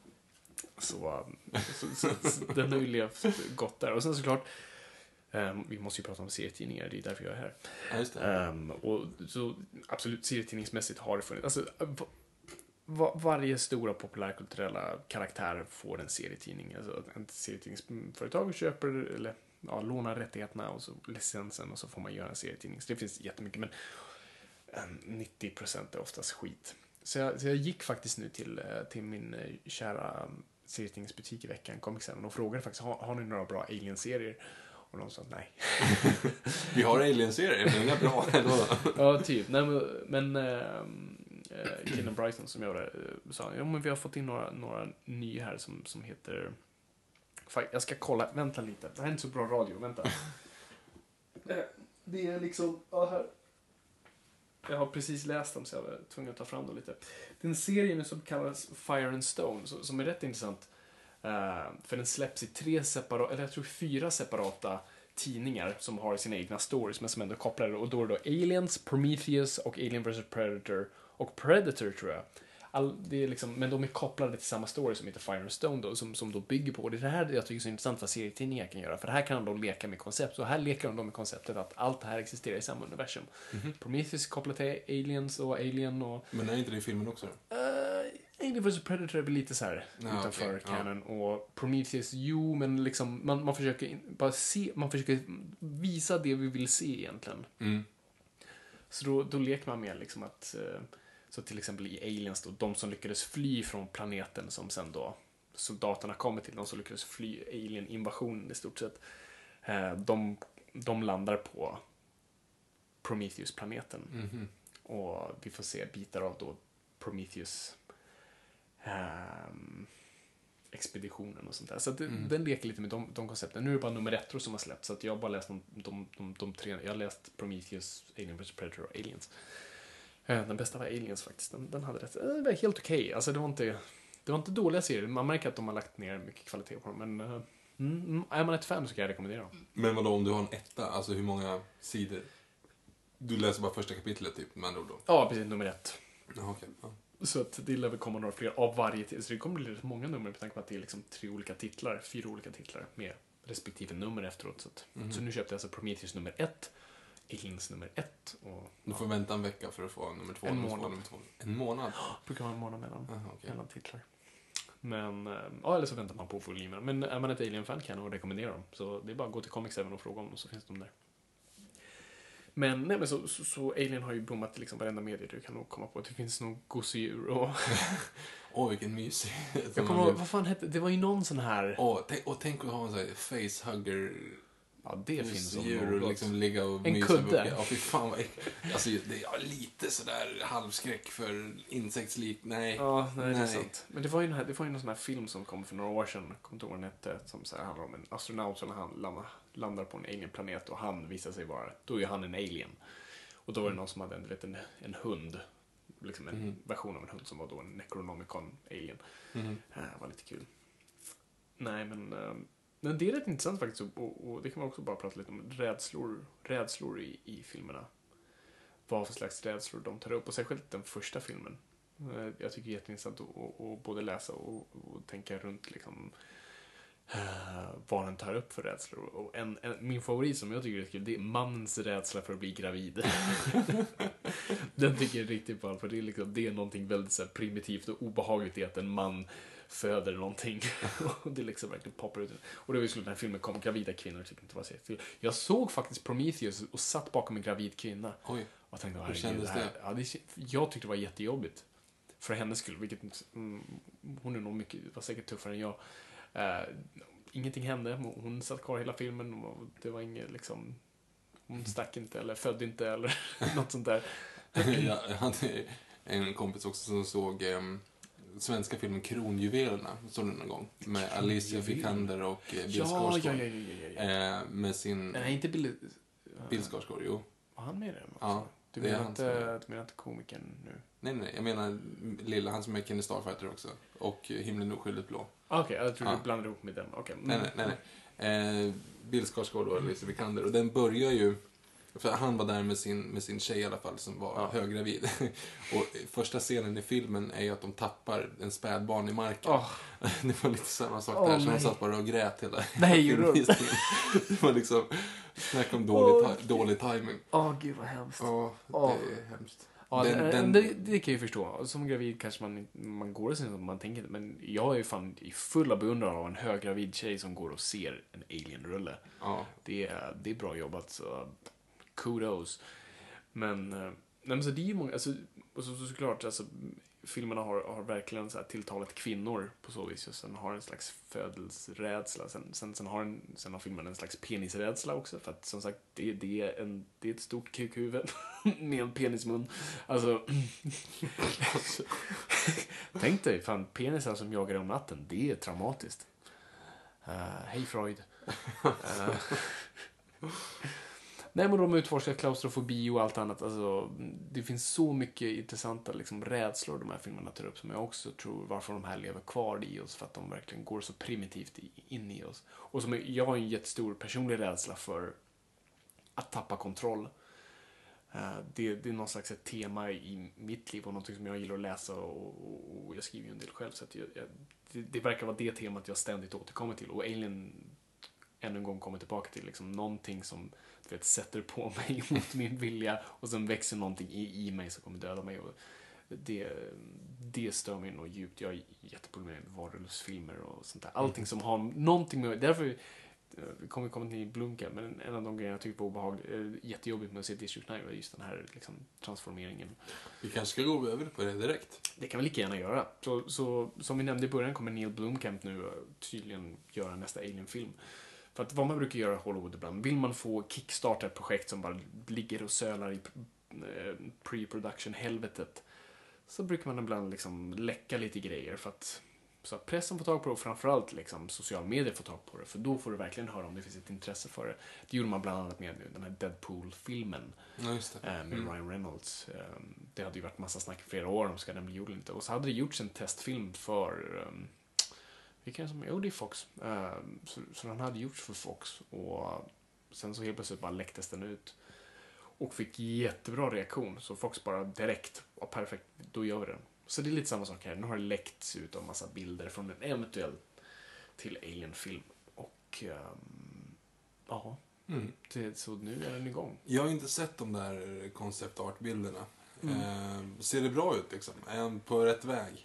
så, så, så, så den har ju levt gott där. Och sen såklart, um, vi måste ju prata om serietidningar. Det är därför jag är här. Ja, just det. Um, och så absolut serietidningsmässigt har det funnits. Alltså, Var, varje stora populärkulturella karaktär får en serietidning. Alltså en serietidningsföretag köper eller ja, lånar rättigheterna och så licensen, och så får man göra en serietidning. Så det finns jättemycket, men um, nittio procent är oftast skit. Så jag, så jag gick faktiskt nu till, till min kära serietidningsbutik i veckan, Comicsen, och frågade faktiskt, har, har ni några bra Alien-serier? Och de sa nej. Vi har Alien-serier, men det är bra. Ja, typ. Nej, men... men um, eh, Kenan Brighton som gör det, eh, sa ja men vi har fått in några, några nya här som, som heter... Fan, jag ska kolla, vänta lite. Det här är inte så bra radio, vänta. Det är liksom, ja här. Jag har precis läst dem så jag var tvungen att ta fram dem lite. Det är en serie nu som kallas Fire and Stone som är rätt intressant. Uh, för den släpps i tre separata, eller jag tror fyra separata tidningar som har sina egna stories men som ändå kopplar. Och då är det då Aliens, Prometheus och Alien versus. Predator och Predator tror jag. All, det är liksom, men de är kopplade till samma story som heter Fire and Stone då, som, som då bygger på. Och det är det här jag tycker är så intressant vad serietidningar kan göra. För här kan de leka med koncept. Så här leker de med konceptet att allt det här existerar i samma universum. Mm-hmm. Prometheus kopplat till Aliens och Alien och... Men är inte det i filmen också då? Uh, Alien versus. Predator är väl lite så här ja, utanför okay. canon. Ja. Och Prometheus, jo, men liksom man, man försöker bara se, man försöker visa det vi vill se egentligen. Mm. Så då, då leker man med liksom att... Uh, Så till exempel i Aliens då, de som lyckades fly från planeten som sen då soldaterna kommer till, de som lyckades fly alien-invasionen i stort sett, de, de landar på Prometheus-planeten. Mm-hmm. Och vi får se bitar av då Prometheus um, expeditionen och sånt där. Så det, mm. den leker lite med de, de koncepten. Nu är det bara nummer ett som har släppt, så att jag har bara läst de, de, de, de tre, jag har läst Prometheus, Alien versus. Predator och Aliens. Den bästa var Aliens faktiskt. Den, den hade rätt. Det var helt okej. Okay. Alltså det var inte det var inte dåliga serier. Man märker att de har lagt ner mycket kvalitet på dem, men uh, mm, är man ett fan så kan jag rekommendera dem. Men vadå om du har en etta, alltså hur många sidor? Du läser bara första kapitlet typ med andra ord då? Ja, precis, nummer ett. Ja, okej. Okay. Ja. Så att det lär väl komma några fler av varje titel. Så det kommer bli rätt många nummer med tanke på att det är liksom tre olika titlar, fyra olika titlar med respektive nummer efteråt. Så, att, mm. så nu köpte jag alltså Prometheus nummer ett. Aliens nummer ett. Och, du får ja. vänta en vecka för att få nummer två. En nummer månad. Två, nummer två. En månad? Det brukar vara en månad mellan, Aha, okay. mellan titlar. Men, ja, eller så väntar man på volymerna. Men är man ett Alien-fan kan jag nog rekommendera dem. Så det är bara att gå till Comics även och fråga om dem, så finns de där. Men, nej, men så, så, så Alien har ju blommat liksom varenda medier du kan nog komma på. Det finns nog gosedjur och... Åh, oh, vilken mysig. Jag kommer ihåg, vad fan hette det? var ju någon sån här... Åh, oh, tänk, och tänk att ha en sån här facehugger... Ja, det finns djur och liksom ligga och en kudde. Ja, fy fan vad alltså, det är lite sådär halvskräck för insektslik. Nej. Ja, nej, nej. Det är sant. Men det var ju en, det var ju en sån här film som kom för några år sedan. Jag kommer inte ihåg vad den hette. Som så här handlar om en astronaut som han landar på en alienplanet och han visar sig vara, då är han en alien. Och då var det någon som hade en, vet, en, en hund. Liksom en mm. version av en hund som var då en Necronomicon alien. Mm. Det var lite kul. Nej, men... Men det är rätt intressant faktiskt, och, och det kan man också bara prata lite om rädslor, rädslor i, i filmerna. Vad för slags rädslor de tar upp, och särskilt den första filmen. Jag tycker det är jätteintressant att, att, att både läsa och, och tänka runt liksom, uh, vad den tar upp för rädslor. Och en, en, min favorit som jag tycker är kul, det är mannens rädsla för att bli gravid. Den tycker jag är riktigt bra, för det är, liksom, det är någonting väldigt så här, primitivt och obehagligt i att en man föder någonting. Och det liksom verkligen poppar ut. Och det var ju slut när filmen kom, gravida kvinnor typ inte var så till. Jag såg faktiskt Prometheus och satt bakom en gravid kvinna. Oj. Och tänkte, hur kändes det? det? Ja, det? Jag tyckte det var jättejobbigt. För hennes skull, vilket mm, hon är nog mycket, var säkert tuffare än jag. Uh, ingenting hände. Hon satt kvar hela filmen och det var inget liksom, hon stack inte eller födde inte eller något sånt där. Jag hade en kompis också som såg um, svenska filmen Kronjuvelerna, såg den någon gång, med Alicia Vikander och eh, Bill ja, Skarsgård. Ja, ja, ja, ja, ja. Eh, med sin... Nej, inte Bill... Bill Skarsgård, jo. Var han med i den också? Ja, du menar inte, du menar inte komikern nu? Nej, nej, jag menar lilla, han som är Kenny Starfighter också. Och Himlen oskyldigt blå. Okej, okay, jag tror ja. du blandade ihop med den. Okay. Mm. Nej, nej, nej. nej. Eh, Bill Skarsgård och Alicia Vikander. Och den börjar ju... För han var där med sin, med sin tjej i alla fall som var ja. höggravid. Och första scenen i filmen är ju att de tappar en spädbarn i marken. Oh. Det var lite samma sak oh, där. Så nej. de satt bara och grät hela filmen. Det var liksom snacka om dålig, oh. ta- dålig timing. Åh, oh, gud vad hemskt. Ja, oh, det oh. är hemskt. Ja, den, den, det, det kan jag ju förstå. Som gravid kanske man, man går och ser som man tänker. Men jag är ju fan full av beundran av en höggravid tjej som går och ser en alien-rulle. Ja. Det, är, det är bra jobbat, så... Kudos. Men, nej, men så det är ju många, alltså, och så, så, såklart, alltså, filmerna har, har verkligen så här tilltalat kvinnor på så vis. Och sen har en slags födelsrädsla. Sen, sen, sen, har en, sen har filmen en slags penisrädsla också. För att som sagt, det, det, är, en, det är ett stort kukhuvud med en penismun. Alltså, tänk dig, fan, penisar som jagar om natten, det är traumatiskt. Uh, Hej Freud. Uh, Nej, men de utforskar klaustrofobi och allt annat. Alltså, det finns så mycket intressanta liksom, rädslor de här filmerna tar upp som jag också tror varför de här lever kvar i oss. För att de verkligen går så primitivt in i oss. Och som jag har en jättestor personlig rädsla för att tappa kontroll. Det, det är någon slags ett tema i mitt liv och något som jag gillar att läsa och, och, och jag skriver ju en del själv. Så att jag, jag, det, det verkar vara det temat jag ständigt återkommer till. Och Alien ännu en gång kommer tillbaka till liksom, någonting som du vet, sätter på mig mot min vilja och sen växer någonting i, i mig som kommer döda mig. Och det, det stör mig nog djupt. Jag har jätteproblem med varulvsfilmer och sånt där. Allting som har någonting med... Därför vi kommer komma till Blomkamp, men en av de grejerna jag tycker var obehagligt, jättejobbigt med att se District nio var just den här liksom, transformeringen. Vi kanske ska gå över på det direkt. Det kan vi lika gärna göra. Så, så som vi nämnde i början kommer Neil Blomkamp nu tydligen göra nästa Alien-film. För att vad man brukar göra i Hollywood ibland, vill man få kickstarta ett projekt som bara ligger och sölar i pre-production-helvetet, så brukar man ibland liksom läcka lite grejer för att så att pressen får tag på det och framförallt liksom social medier får tag på det, för då får du verkligen höra om det finns ett intresse för det. Det gjorde man bland annat med den här Deadpool-filmen. Ja, just det. Med mm. Ryan Reynolds. Det hade ju varit massa snack i flera år om ska den bli gjord eller inte. Och så hade det gjorts en testfilm för um, vilka är det som, jo det är Fox. Uh, så, så den hade gjorts för Fox och sen så helt plötsligt bara läcktes den ut och fick jättebra reaktion. Så Fox bara direkt, ja, perfekt, då gör vi den. Så det är lite samma sak här. Nu har det läckts ut av massa bilder från en eventuell till Alien-film. Och um, ja, mm. det, så nu är den igång. Jag har inte sett de där concept art-bilderna. Mm. Eh, ser det bra ut liksom? Är han på rätt väg?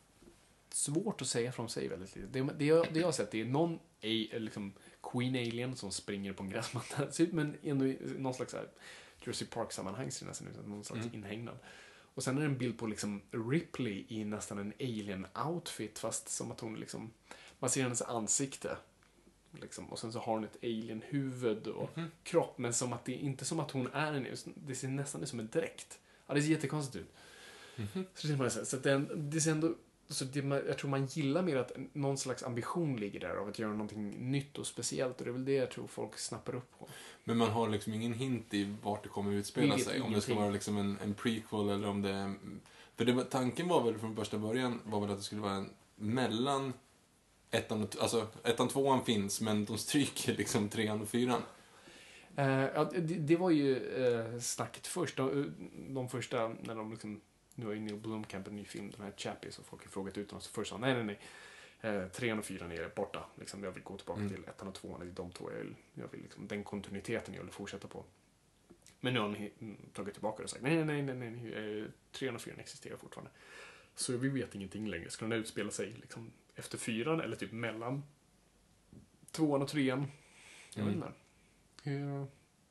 Svårt att säga från sig väldigt lite. Det, det, jag, det jag har sett, det är någon a, liksom Queen Alien som springer på en gräsmatta. Men ändå någon slags här, Jurassic Park-sammanhang ser det nästan ut. Någon slags mm. inhägnad. Och sen är det en bild på liksom Ripley i nästan en alien-outfit, fast som att hon liksom, man ser hennes ansikte liksom, och sen så har hon ett alien-huvud och mm-hmm. kropp, men som att det inte som att hon är en, det ser nästan ut som en dräkt. Ja, det ser jättekonstigt ut. Mm-hmm. Så det, man, så det, det ser ändå, så det, jag tror man gillar mer att någon slags ambition ligger där av att göra någonting nytt och speciellt, och det är väl det jag tror folk snappar upp på. Men man har liksom ingen hint i vart det kommer utspela sig. Om det ska vara liksom en, en prequel eller om det... För det, tanken var väl från första början var väl att det skulle vara en mellan ettan och... Alltså ettan tvåan finns, men de stryker liksom trean och fyran. Uh, ja, det, det var ju uh, snacket först. De, de första, när de liksom... Nu har ju Neil Blomkamp en ny film, den här Chappie, så folk har frågat ut dem. Så först sa nej, nej, nej. Eh, trean och fyran är borta. Liksom, jag vill gå tillbaka mm. till ettan och tvåan. Det är de två jag vill, jag vill liksom, den kontinuiteten jag vill fortsätta på. Men nu har han tagit tillbaka det och sagt nej, nej, nej, nej, nej. trean och fyran existerar fortfarande. Så vi vet ingenting längre. Ska den utspela sig liksom, efter fyran eller typ mellan tvåan och trean? Jag vet inte. Hur...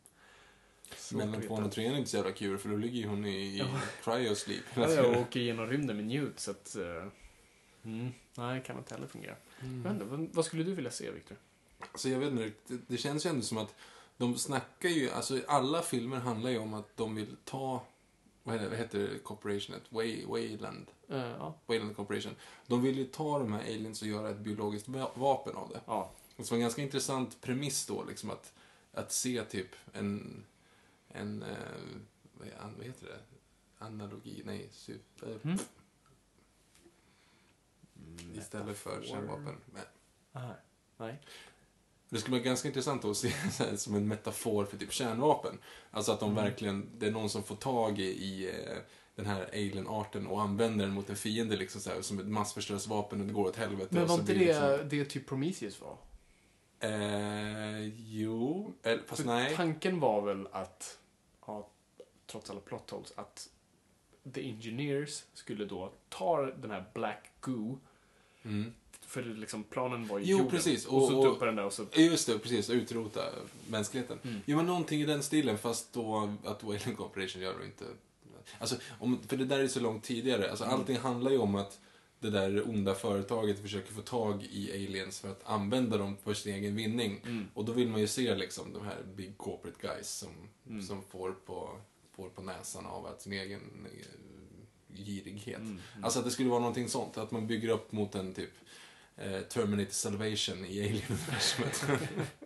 Mellan tvåan och trean är inte så jävla kul, för då ligger ju hon i ja. cryosleep. Ja, jag åker genom rymden med Newt, så att... Uh, mm, nej, kan inte heller fungera. Mm. Men, vad, vad skulle du vilja se, Victor? Alltså, jag vet inte, det, det känns ju ändå som att de snackar ju... Alltså, alla filmer handlar ju om att de vill ta... Vad heter, vad heter det? Corporationet? Way, Wayland. Uh, ja. Wayland Corporation. De vill ju ta de här aliens och göra ett biologiskt vapen av det. Ja. Och så var en ganska intressant premiss då, liksom att, att se typ en... En, eh, vad heter det? Analogi, nej, sy, äh, mm. istället för kärnvapen. Aha, nej. Det skulle vara ganska intressant att se så här, som en metafor för typ kärnvapen. Alltså att de mm. verkligen, det är någon som får tag i eh, den här alien-arten och använder den mot en fiende liksom så här, som ett massförstörelsevapen och det går åt helvete. Men var och så inte det, liksom... det typ Prometheus var? Eh, jo, eller, fast för nej. Tanken var väl att, ja, trots alla plot holes, att The Engineers skulle då ta den här Black Goo, mm. för liksom planen var ju jo, jorden, precis. Och, och så duppa den där och så... Just det, precis, utrota mänskligheten. Mm. Jo, men någonting i den stilen, fast då att Wayland Corporation gör det inte. Alltså, om, för det där är så långt tidigare. Alltså, Mm. allting handlar ju om att det där onda företaget försöker få tag i aliens för att använda dem för sin egen vinning. Mm. Och då vill man ju se liksom de här big corporate guys som, Mm. som får, på, får på näsan av att sin egen eh, girighet. Mm. Alltså att det skulle vara någonting sånt. Att man bygger upp mot en typ eh, Terminator Salvation i Alien-universumet.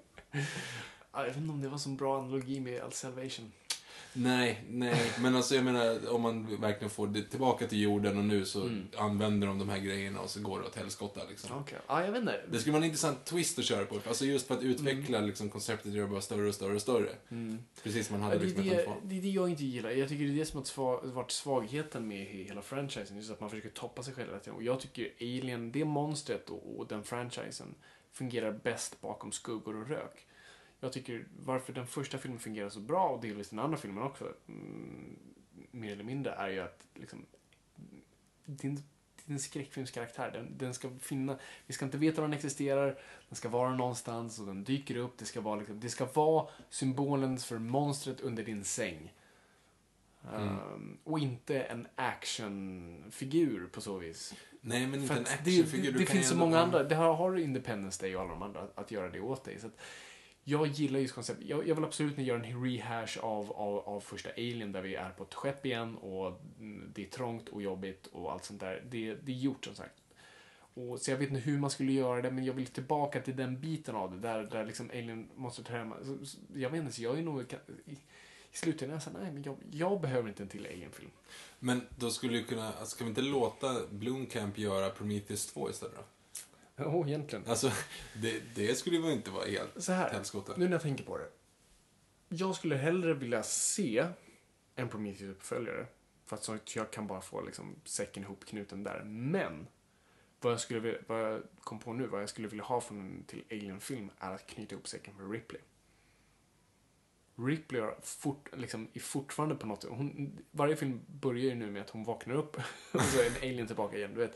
Jag vet inte om det var så bra analogi med All Salvation. Nej, nej, men alltså jag menar om man verkligen får det tillbaka till jorden och nu så Mm. använder de de här grejerna och så går det åt helskotta liksom. Okej, okay. Ja, jag vet inte. Det skulle vara en intressant twist att köra på, alltså just för att utveckla Mm. liksom konceptet och göra bara större och större och större. Mm. Precis som man Ja, hade det, är liksom det, ett fall. det är det jag inte gillar. Jag tycker det är det som har sva- varit svagheten med hela franchisen. Just att man försöker toppa sig själv hela tiden. Och jag tycker Alien, det monstret och, och den franchisen fungerar bäst bakom skuggor och rök. Jag tycker varför den första filmen fungerar så bra och delvis den andra filmen också, mm, mer eller mindre, är ju att liksom, din, din skräckfilmskaraktär, den, den ska finna, vi ska inte veta var den existerar, den ska vara någonstans och den dyker upp, det ska vara, liksom, det ska vara symbolen för monstret under din säng. Mm. Um, och inte en actionfigur på så vis. Nej, men inte För en att det, actionfigur. det, du det kan finns ju så ändå- många andra. Det har, har Independence Day och alla de andra att, att göra det åt dig. Så att jag gillar just konceptet. Jag, jag vill absolut inte göra en rehash av, av, av första Alien där vi är på ett skepp igen och det är trångt och jobbigt och allt sånt där. Det, det är gjort som sagt. Och, så jag vet inte hur man skulle göra det, men jag vill tillbaka till den biten av det där, där liksom Alien måste ta hemma. Så, så, jag vet inte, så jag är nog i, i slutändan jag säger, nej, men jag, jag behöver inte en till Alien-film. Men då skulle ju kunna, alltså, ska vi inte låta Blomkamp göra Prometheus två istället då? Ja, oh, egentligen. Alltså, det, det skulle ju inte vara helt Så här, helskotta. nu när jag tänker på det. Jag skulle hellre vilja se en Prometheus-uppföljare. För att så att jag kan bara få liksom säcken ihop knuten där. Men vad jag, skulle vilja, vad jag kom på nu, vad jag skulle vilja ha från en till Alien-film är att knyta ihop säcken med Ripley. Ripley är, fort, liksom, är fortfarande på något... Hon, varje film börjar ju nu med att hon vaknar upp och så är en alien tillbaka igen, du vet.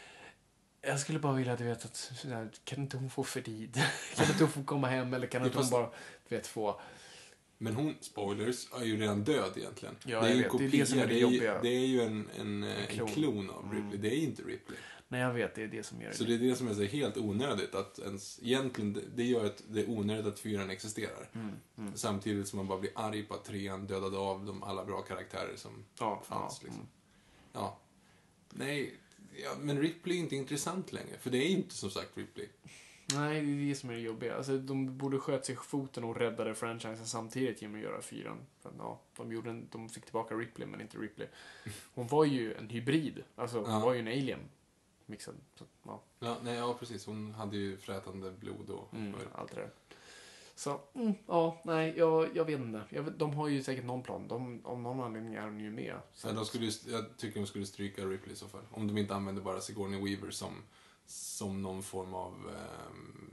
Jag skulle bara vilja, du vet, att sådär, kan inte hon få frid? Kan inte hon få komma hem? Eller kan inte hon bara, du vet, få... Men hon, spoilers, är ju redan död egentligen. Ja, det är jag ju vet. en Det är kopia, det som är det är ju, jobbiga. det är ju en, en, en, klon. en klon av Ripley. Mm. Det är inte Ripley. Nej, jag vet, det är det som gör det. Så det är det som är så helt onödigt. Att ens, egentligen, det- det gör att det är onödigt att fyran existerar. Mm, mm. Samtidigt som man bara blir arg på att trean dödade av de alla bra karaktärer som Ja, fanns. ja, Liksom. mm. Ja. Nej, ja, men Ripley är inte intressant längre. För det är inte som sagt Ripley. Nej, det är det som är det jobbiga. Alltså, de borde sköt sig i foten och räddade franchisen samtidigt genom att göra fyran. För att, ja, de, gjorde en, de fick tillbaka Ripley, men inte Ripley. Hon var ju en hybrid. Alltså, hon Ja. var ju en alien. Mixad. Så, ja, Ja, nej, ja, precis. Hon hade ju frätande blod och... mm, allt det där. Så, mm, ja, nej, jag, jag vet inte. Jag vet, de har ju säkert någon plan. De, om någon anledning är de ju med. Så Ja, de skulle, ju- jag tycker de skulle stryka Ripley i så fall. Om de inte använder bara Sigourney Weaver som, som någon form av... ehm,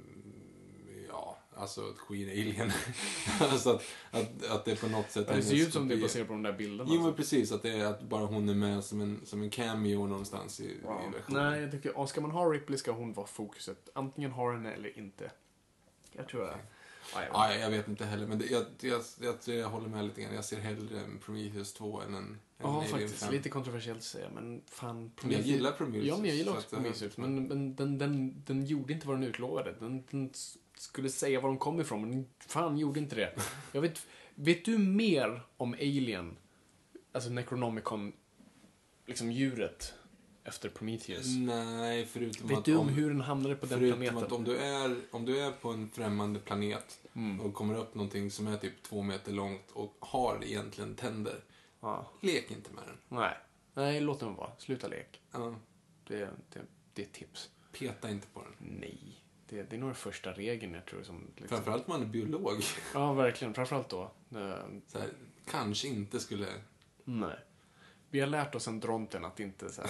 ja, alltså ett skid-alien. alltså att, att, att det på något sätt... det ser ju ut som det är kopia. baserat på de där bilderna. Jo, men alltså. precis. Att det är att bara hon är med som en, som en cameo någonstans i, Ja. i versionen. Nej, jag tycker, ja, ska man ha Ripley ska hon vara fokuset. Antingen ha henne eller inte. Jag tror jag... Ja, jag vet. Ja, jag vet inte heller, men det, jag, jag, jag, jag, jag håller med lite grann. Jag ser hellre en Prometheus två än en, en Ja, Alien faktiskt. fem. Lite kontroversiellt att säga, men fan... Men jag gillar Prometheus. Ja, men jag gillar så också att, eh, Prometheus. Men, men den, den, den gjorde inte vad den utlovade. Den, den s- skulle säga var de kom ifrån, men den fan gjorde inte det. Jag vet, vet du mer om Alien, alltså Necronomicon, liksom djuret, efter Prometheus? Nej, förutom Vet att du om om, hur den hamnade på den förutom planeten? att om du, är, om du är på en främmande planet Mm. och kommer upp någonting som är typ två meter långt och har egentligen tänder, Ja. lek inte med den. Nej. Nej, låt den vara. Sluta lek. Ja, Det, det, det är ett tips. peta inte på den. Nej. Det, det är nog den första regeln jag tror som... Liksom... Framförallt om man är biolog. Ja, verkligen. Framförallt då. Eh, Så här, kanske inte skulle... Nej. Vi har lärt oss en dronten att inte så här...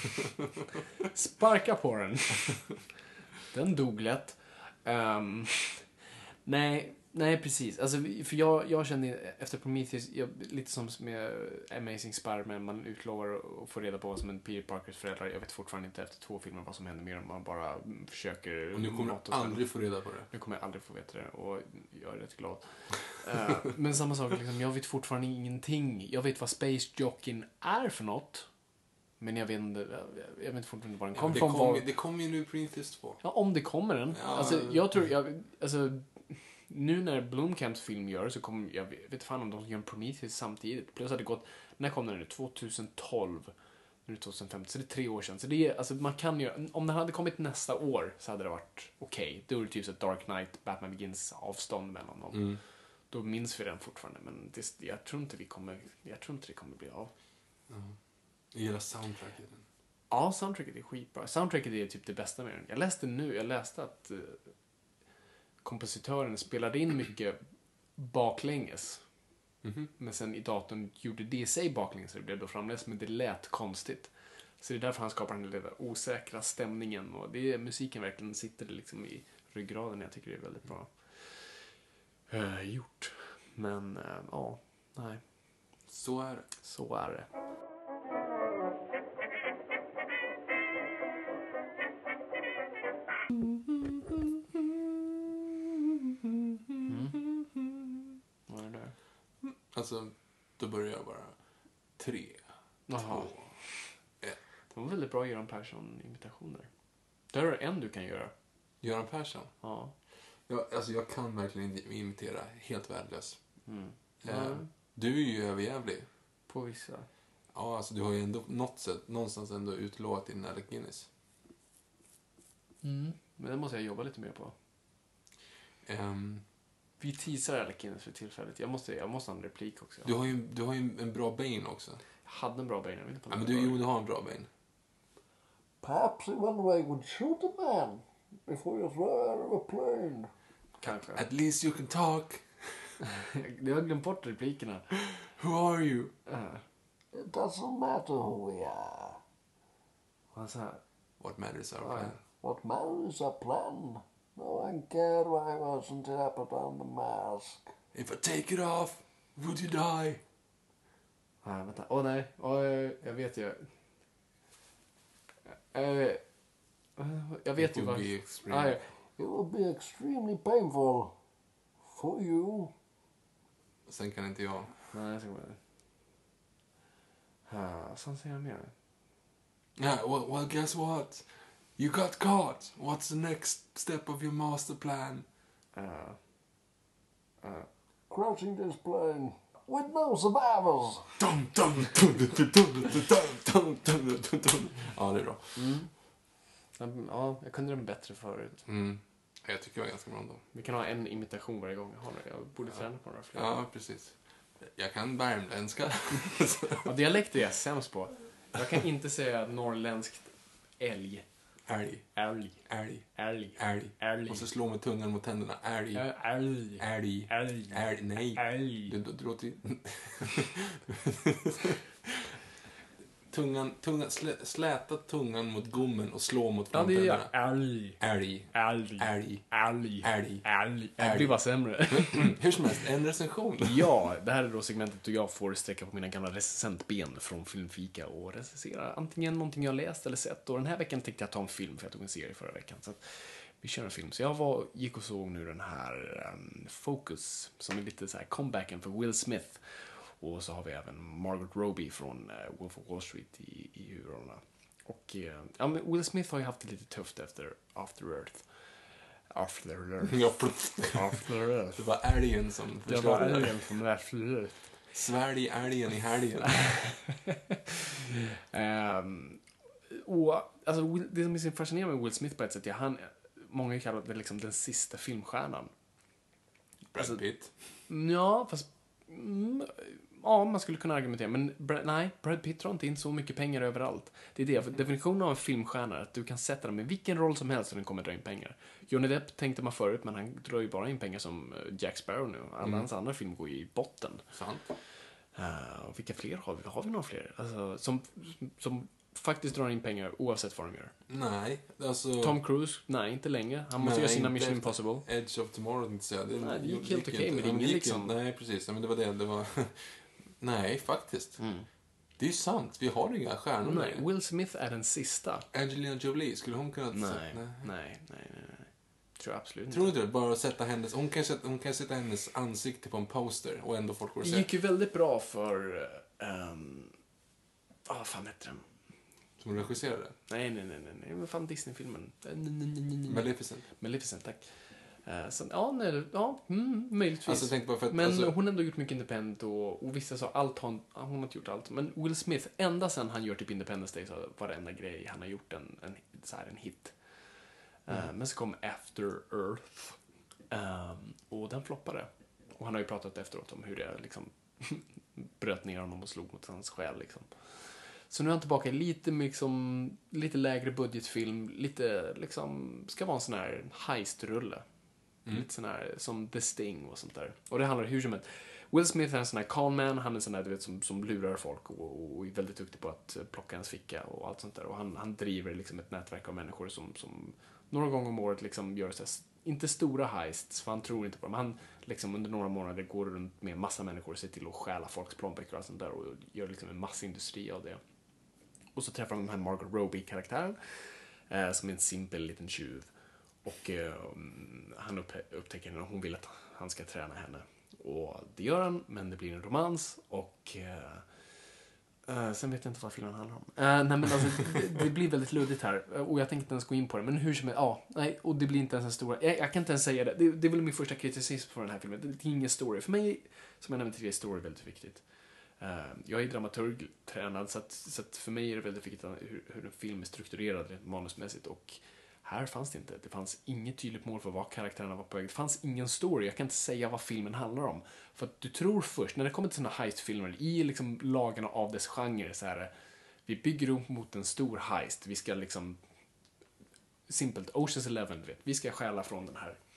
sparka på den. Den dog lätt. Ehm, nej, Nej, precis. Alltså, för jag, jag kände efter Prometheus, jag, lite som med Amazing Spider-Man, man utlovar att få reda på vad som en Peter Parkers föräldrar. Jag vet fortfarande inte efter två filmer vad som händer mer om man bara försöker. Och nu kommer du aldrig få reda på det. Nu kommer jag aldrig få veta det och jag är rätt glad. uh, men samma sak, liksom, jag vet fortfarande ingenting. Jag vet vad Space Jockey är för något. Men jag vet inte, jag vet fortfarande var den kom ja, från. Kom, det kommer ju nu Prometheus två. Ja, om det kommer den. Ja. Alltså, jag tror, jag, alltså, nu när Blomkamps film gör så kommer, jag vet fan om de gör en Prometheus samtidigt. Plus att det gått, när kom den nu? tjugohundratolv. Nu är det tjugohundrafemton, så det är tre år sedan. Så det är, alltså man kan ju, om den hade kommit nästa år så hade det varit okej. Okay. Då är det typ så Dark Knight, Batman Begins avstånd mellan dem. Mm. Då minns vi den fortfarande, men det, jag tror inte vi kommer, jag tror inte det kommer bli av. Mm. Jag gillar soundtracket. Ja, soundtracket är skitbra. Soundtracket är typ det bästa med den. Jag läste nu, jag läste att uh, kompositören spelade in mycket baklänges. Mm-hmm. Men sen i datorn gjorde det i sig baklänges så det blev då framläst, men det lät konstigt. Så det är därför han skapar den lilla osäkra stämningen och det är, musiken verkligen sitter liksom i ryggraden. Jag tycker det är väldigt bra uh, gjort. Men uh, ja, nej. Så är det. Så är det. Alltså, då börjar jag bara tre, Aha. två, ett. Det var väldigt bra Göran Persson-imitationer. Där är det en du kan göra. Göran Persson? Ja. Ja, alltså jag kan verkligen inte imitera. Helt värdelös. Mm. Eh, Mm. du är ju överjävlig. På vissa. Ja, alltså du har ju ändå något sätt, någonstans ändå utlovat din Alec Guinness. Mm. Men det måste jag jobba lite mer på. Um, Vi teasar Alec Guinness för tillfället. Jag måste, jag måste ha en replik också. Du har ju, du har ju en bra Bane också. Jag hade en bra Bane. Jag vet inte ja, men du, jo, du har en bra Bane. Perhaps in one way would shoot a man before you throw out of a plane. Kanske. At least you can talk. Jag har glömt bort replikerna. Who are you? Uh. It doesn't matter who we are. Han sa här. What matters our Ja. plan? What matters is our plan. No one cared why I was until I put on the mask. If I take it off, would you die? Ah, vänta. Åh oh, nej. Oh, jag, jag vet ju. Uh, jag vet It ju will vad... be extreme. Ah, ja. It will be extremely painful. For you. Sen kan inte jag. Nej, jag ska bara... Ah, så säger jag mer. Yeah, well, well, guess what? You got caught. What's the next step of your master plan? Uh, uh. Crouching this plane. With no survivors. Dum, dum, dum, dum, dum, dum, dum, dum, dum, dum. Ja, det är bra. Mm. Ja, jag kunde den bättre förut. Mm. Jag tycker det var ganska bra ändå. Vi kan ha en imitation varje gång jag har det. Jag borde träna på några fler. Ja, precis. Jag kan värmländska. Ja, dialekt är jag sämst på. Jag kan inte säga norrländskt älg. Älg, Älg. älg, Älg. älg. Älg. Och så slå med tungan mot tänderna. Älg, Ä- Älg. älg, Älg. älg. Nej. Älg. Du, du, du låter ju... tungan, tungan, slä, släta tungan mot gommen och slå mot Ja, det är framtänderna. jag. Älg. Älg, Älg. älg, Älg. älg. Älg. Det blir bara sämre. Hur som helst, en recension. Ja, det här är då segmentet då jag får sträcka på mina gamla recensentben från Filmfika och recensera antingen någonting jag läst eller sett. Och den här veckan tänkte jag ta en film för jag tog en serie förra veckan. Så att vi kör en film. Så jag var, gick och såg nu den här um, Focus som är lite så här comebacken för Will Smith. Och så har vi även Margot Robbie från uh, Wolf of Wall Street i, i huvudrollerna. Och uh, ja, men Will Smith har ju haft det lite tufft efter After Earth. After Earth. Ja, After Earth. det var älgen som Det var förstörde. älgen som After Earth. Svälj älgen i helgen. um, och alltså, Will, det som är så fascinerande med Will Smith på ett sätt är han, många kallar det liksom den sista filmstjärnan. Brad Pitt. Ja, fast mm, ja, man skulle kunna argumentera, men Bra- nej, Brad Pitt drar inte in så mycket pengar överallt. Det är det, för definitionen av en filmstjärna är att du kan sätta den med vilken roll som helst och den kommer dra in pengar. Johnny Depp tänkte man förut, men han drar ju bara in pengar som Jack Sparrow nu. Alla Mm. hans andra film går ju i botten. Sant. Uh, och vilka fler har vi? Har vi några fler? Alltså, som, som faktiskt drar in pengar oavsett vad de gör. Nej, alltså... Tom Cruise, nej, inte längre. Han måste Nej, göra sina inte Mission efter Impossible. Edge of Tomorrow, tänkte jag säga. Det, Nej, det gick helt okej, inte. men det är Ja, ingen gick liksom... inte. Nej, precis. Ja, men det var det. Det var... Nej, faktiskt. Mm. Det är ju sant. Vi har inga stjärnor Nej, längre. Will Smith är den sista. Angelina Jolie, skulle hon kunna... Nej, nej. nej, nej, nej. nej. Tror jag absolut Tror du inte. inte det? Bara att sätta hennes... Hon kan, sätta, hon kan sätta hennes ansikte på en poster och ändå folk går och Det säger... gick ju väldigt bra för... Um... Ah, vad fan heter den? Som regisserade? Nej, nej, nej, nej, nej. Vad fan Disney-filmen? Maleficent. Maleficent, tack. Uh, så, ja, nej, ja, mm, möjligtvis. Alltså, tänk bara för att, men alltså... hon har ändå gjort mycket independent och, och vissa sa allt hon, hon har inte gjort allt. Men Will Smith, ända sen han gör typ Independence Day så var varenda grej han har gjort en, en, så här, en hit. Mm. Uh, men så kom After Earth. Um, och den floppade. Och han har ju pratat efteråt om hur det liksom bröt ner honom och slog mot hans själ liksom. Så nu är han tillbaka i lite, liksom, lite lägre budgetfilm, lite liksom, ska vara en sån här heistrulle. Mm. Lite sån här, som The Sting och sånt där. Och det handlar hur som helst. Will Smith är en sån här con man, han är en sån här, du vet, som, som lurar folk och, och är väldigt duktig på att plocka ens ficka och allt sånt där. Och han, han driver liksom ett nätverk av människor som, som några gånger om året liksom gör så här, inte stora heists, för han tror inte på dem. Han liksom under några månader går runt med massa människor och ser till att stjäla folks plånböcker och allt sånt där och gör liksom en massindustri av det. Och så träffar de den här Margot Robbie-karaktären eh, som är en simpel liten tjuv. Och eh, han upp, upptäcker henne och hon vill att han ska träna henne. Och det gör han, men det blir en romans och eh, eh, sen vet jag inte vad filmen handlar om. Eh, nej men alltså, det, det blir väldigt luddigt här och jag tänker inte ens gå in på det. Men hur som helst, ja, nej, och det blir inte ens en stora, jag, jag kan inte ens säga det. det. Det är väl min första kritisism på den här filmen. Det, det är ingen story. För mig, som jag nämnde tidigare, är story väldigt viktigt. Uh, jag är dramaturg tränad så att, så att för mig är det väldigt viktigt hur, hur en film är strukturerad rent manusmässigt och här fanns det inte. Det fanns inget tydligt mål för vad karaktärerna var på väg. Det fanns ingen story. Jag kan inte säga vad filmen handlar om. För att du tror först, när det kommer till såna heistfilmer i liksom lagarna av dess genre så här, vi bygger upp mot en stor heist. Vi ska liksom simpelt, Ocean's Eleven, vet, vi ska stjäla från den här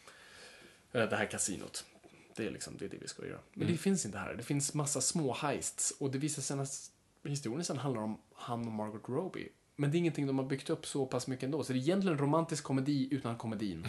det här kasinot. Det är liksom det, är det vi ska göra. Men mm. det finns inte här. Det finns massa små heists. Och det visar sig att historien sen handlar om han och Margot Robbie. Men det är ingenting de har byggt upp så pass mycket ändå. Så det är egentligen en romantisk komedi utan komedin.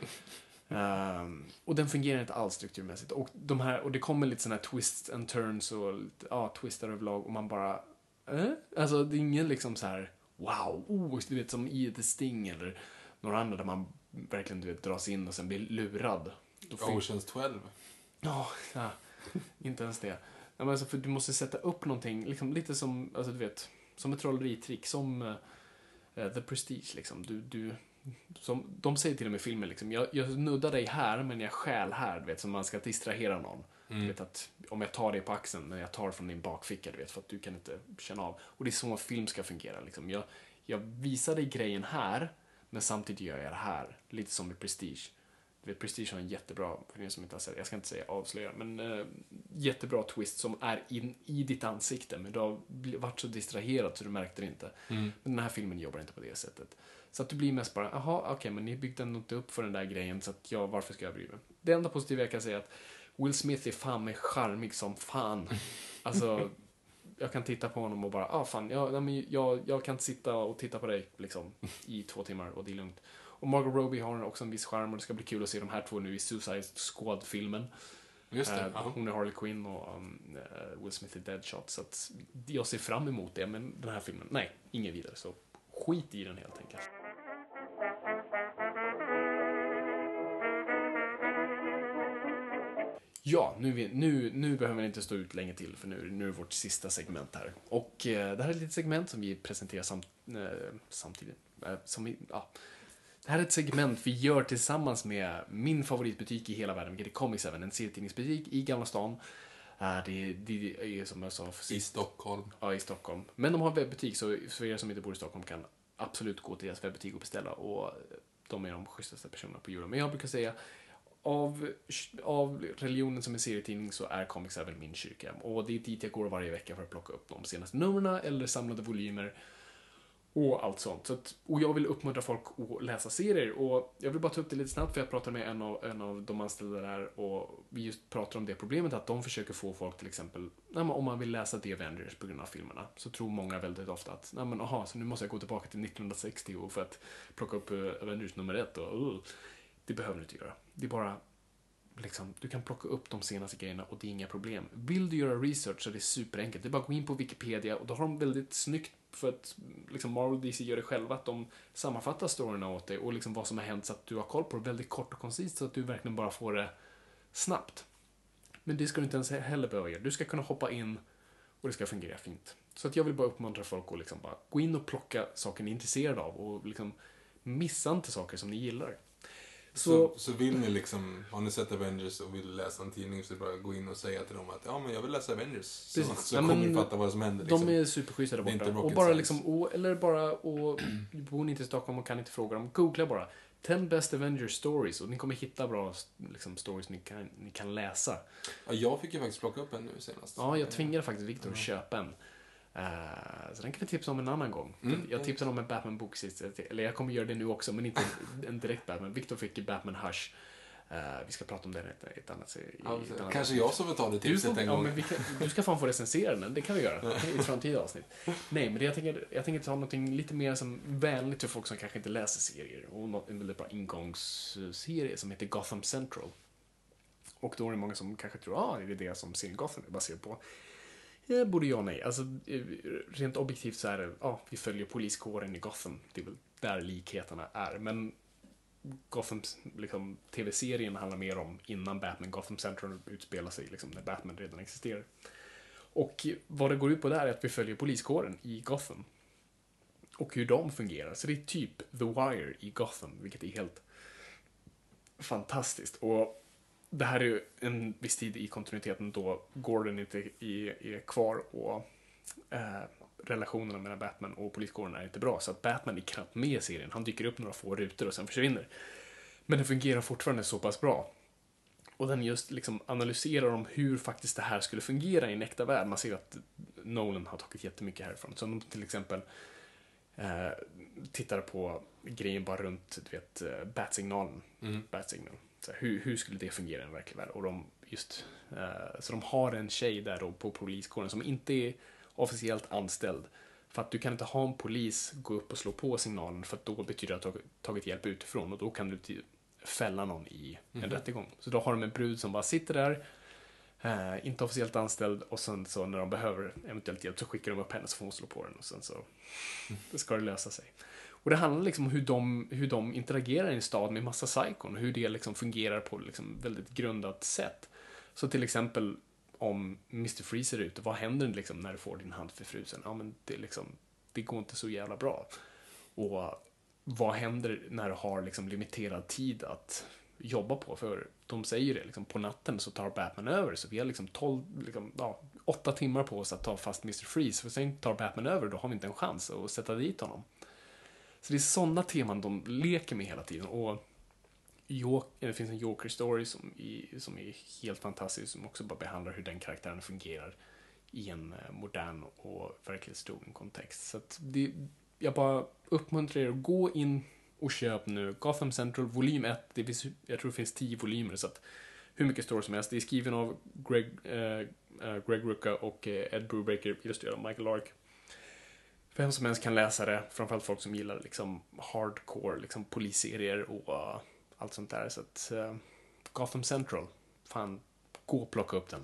um, och den fungerar inte alls strukturmässigt. Och, de här, och det kommer lite såna här twists and turns och ja, twistar överlag. Och man bara... Eh? Alltså det är ingen liksom så här... Wow, oh, du vet som i The Sting eller några andra där man verkligen du vet, dras in och sen blir lurad. Ocean's tolv. Oh, ja, inte ens det. Ja, men alltså, för du måste sätta upp någonting, liksom, lite som, alltså, du vet, som ett trolleritrick, som uh, The Prestige. Liksom. Du, du, som, de säger till och med i filmen, liksom, jag, jag nuddar dig här, men jag stjäl här, du vet, som man ska distrahera någon. Mm. Du vet att om jag tar dig på axeln, men jag tar från din bakficka, du vet, för att du kan inte känna av. Och det är så en film ska fungera. Liksom. Jag, jag visar dig grejen här, men samtidigt gör jag det här. Lite som i Prestige. Vet, Prestige har en jättebra, för er som inte har sett, jag ska inte säga avslöja, men äh, jättebra twist som är in i ditt ansikte, men du har varit så distraherad så du märkte det inte. Mm. Men den här filmen jobbar inte på det sättet. Så att du blir mest bara, jaha, okej, okay, men ni byggde ändå inte upp för den där grejen, så att ja, varför ska jag bry mig? Det enda positiva jag kan säga är att Will Smith är fan med charmig som fan. Alltså, jag kan titta på honom och bara, ah fan, jag, jag, jag kan sitta och titta på dig liksom, i två timmar och det är lugnt. Och Margot Robbie har också en viss charm och det ska bli kul att se de här två nu i Suicide Squad-filmen. Just det, uh, ja. Hon är Harley Quinn och um, uh, Will Smith är Deadshot. Så att jag ser fram emot det, men den här filmen, nej, ingen vidare. Så skit i den helt enkelt. Ja, nu, nu, nu behöver vi inte stå ut länge till för nu, nu är det vårt sista segment här. Och eh, det här är ett litet segment som vi presenterar samt, eh, samtidigt. Eh, som vi, ja. Det här är ett segment vi gör tillsammans med min favoritbutik i hela världen, vilket är Comics seven, en serietidningsbutik i Gamla stan. Uh, det, det är som jag sa... I Stockholm. Ja, i Stockholm. Men de har en webbutik, så för er som inte bor i Stockholm kan absolut gå till deras webbutik och beställa. Och de är de schysstaste personerna på jorden. Men jag brukar säga, av, av religionen som en serietidning så är Comics seven min kyrka. Och det är dit jag går varje vecka för att plocka upp de senaste numren eller samlade volymer. Och allt sånt. Så att, och jag vill uppmuntra folk att läsa serier. Och jag vill bara ta upp det lite snabbt, för jag pratade med en av, en av de anställda där, och vi just pratar om det problemet att de försöker få folk till exempel, nej, om man vill läsa The Avengers på grund av filmerna, så tror många väldigt ofta att, nej men aha, så nu måste jag gå tillbaka till nittonhundrasextio för att plocka upp uh, Avengers nummer ett. Och, uh, det behöver du inte göra. Det är bara liksom, du kan plocka upp de senaste grejerna och det är inga problem. Vill du göra research så är det superenkelt. Det är bara att gå in på Wikipedia och då har de väldigt snyggt, för att liksom Marvel och D C gör det själva, att de sammanfattar storyna åt dig och liksom vad som har hänt så att du har koll på det väldigt kort och koncist, så att du verkligen bara får det snabbt. Men det ska du inte ens heller behöva göra. Du ska kunna hoppa in och det ska fungera fint. Så att jag vill bara uppmuntra folk att liksom bara gå in och plocka saker ni är intresserade av och liksom missa inte saker som ni gillar. Så, så, så vill ni liksom, har ni sett Avengers och vill läsa en tidning, så bara gå in och säga till dem att ja, men jag vill läsa Avengers. Så, så kommer ni fatta vad som händer. Liksom. De är superschyssta där borta. Och bara liksom, och, eller bara, och bor ni inte i Stockholm och kan inte fråga dem, googla bara ten best Avengers stories och ni kommer hitta bra liksom, stories ni kan, ni kan läsa. Ja, jag fick ju faktiskt plocka upp en nu senast. Ja, jag tvingade faktiskt Victor att köpa en. Uh, så den kan vi tipsa om en annan gång. Mm. Jag tipsade om en Batman-bok sist. Eller jag kommer göra det nu också, men inte en direkt Batman. Victor fick ju Batman Hush. Uh, vi ska prata om den ett, ett annat... I, ja, ett annat kanske avsnitt. Jag som får ta det tipset får, en ja, gång. Men vi kan, du ska fan få recensera den. Det kan vi göra i ett framtida avsnitt. Nej, men det, jag, tänker, jag tänker ta någonting lite mer som vänligt för folk som kanske inte läser serier. Och något, en väldigt bra ingångsserie som heter Gotham Central. Och då är det många som kanske tror att ah, det är det som serien Gotham är baserad på. Ja, borde jag nej. Alltså, rent objektivt så är det, ja, vi följer poliskåren i Gotham. Det är väl där likheterna är. Men Gotham, liksom, tv-serien handlar mer om innan Batman. Gotham Central utspelar sig liksom, när Batman redan existerar. Och vad det går ut på där är att vi följer poliskåren i Gotham. Och hur de fungerar. Så det är typ The Wire i Gotham, vilket är helt fantastiskt. Och det här är ju en viss tid i kontinuiteten då Gordon inte är, är kvar och eh, relationerna mellan Batman och poliskåren är inte bra. Så att Batman är knappt med i serien. Han dyker upp några få rutor och sen försvinner. Men det fungerar fortfarande så pass bra. Och den just liksom analyserar om hur faktiskt det här skulle fungera i en äkta värld. Man ser att Nolan har tagit jättemycket härifrån. Så de till exempel eh, tittar på grejen bara runt, du vet, bat-signalen. Mm. Bat-signal. Så hur, hur skulle det fungera i en verklig värld? Och de just, eh, så de har en tjej där då på poliskåren som inte är officiellt anställd. För att du kan inte ha en polis gå upp och slå på signalen, för att då betyder det att du har tagit hjälp utifrån och då kan du t- fälla någon i en mm. rättegång. Så då har de en brud som bara sitter där, eh, inte officiellt anställd, och sen så när de behöver eventuellt hjälp så skickar de upp henne så får hon slå på den och sen så mm. ska det lösa sig. Och det handlar liksom om hur de, hur de interagerar i en stad med massa psykon och hur det liksom fungerar på liksom väldigt grundat sätt. Så till exempel om mister Freeze är ute, vad händer liksom när du får din hand förfrusen? Ja, men det, liksom, det går inte så jävla bra. Och vad händer när du har liksom limiterad tid att jobba på? För de säger det, liksom, på natten så tar Batman över, så vi har liksom tolv, liksom, ja, åtta timmar på oss att ta fast mister Freeze. För sen tar Batman över, då har vi inte en chans att sätta dit honom. Så det är sådana teman de leker med hela tiden. Och Joker, det finns en Joker-story som, i, som är helt fantastisk, som också bara behandlar hur den karaktären fungerar i en modern och verklighetstrogen kontext. Så att det, jag bara uppmuntrar er att gå in och köp nu Gotham Central volym ett. Det finns, jag tror det finns tio volymer, så att hur mycket story som helst. Det är skriven av Greg, äh, Greg Rucka och Ed Brubaker, illustrerat av Michael Lark. Vem som helst kan läsa det, framförallt folk som gillar liksom hardcore liksom polisserier och uh, allt sånt där. Så att uh, Gotham Central, fan, gå och plocka upp den.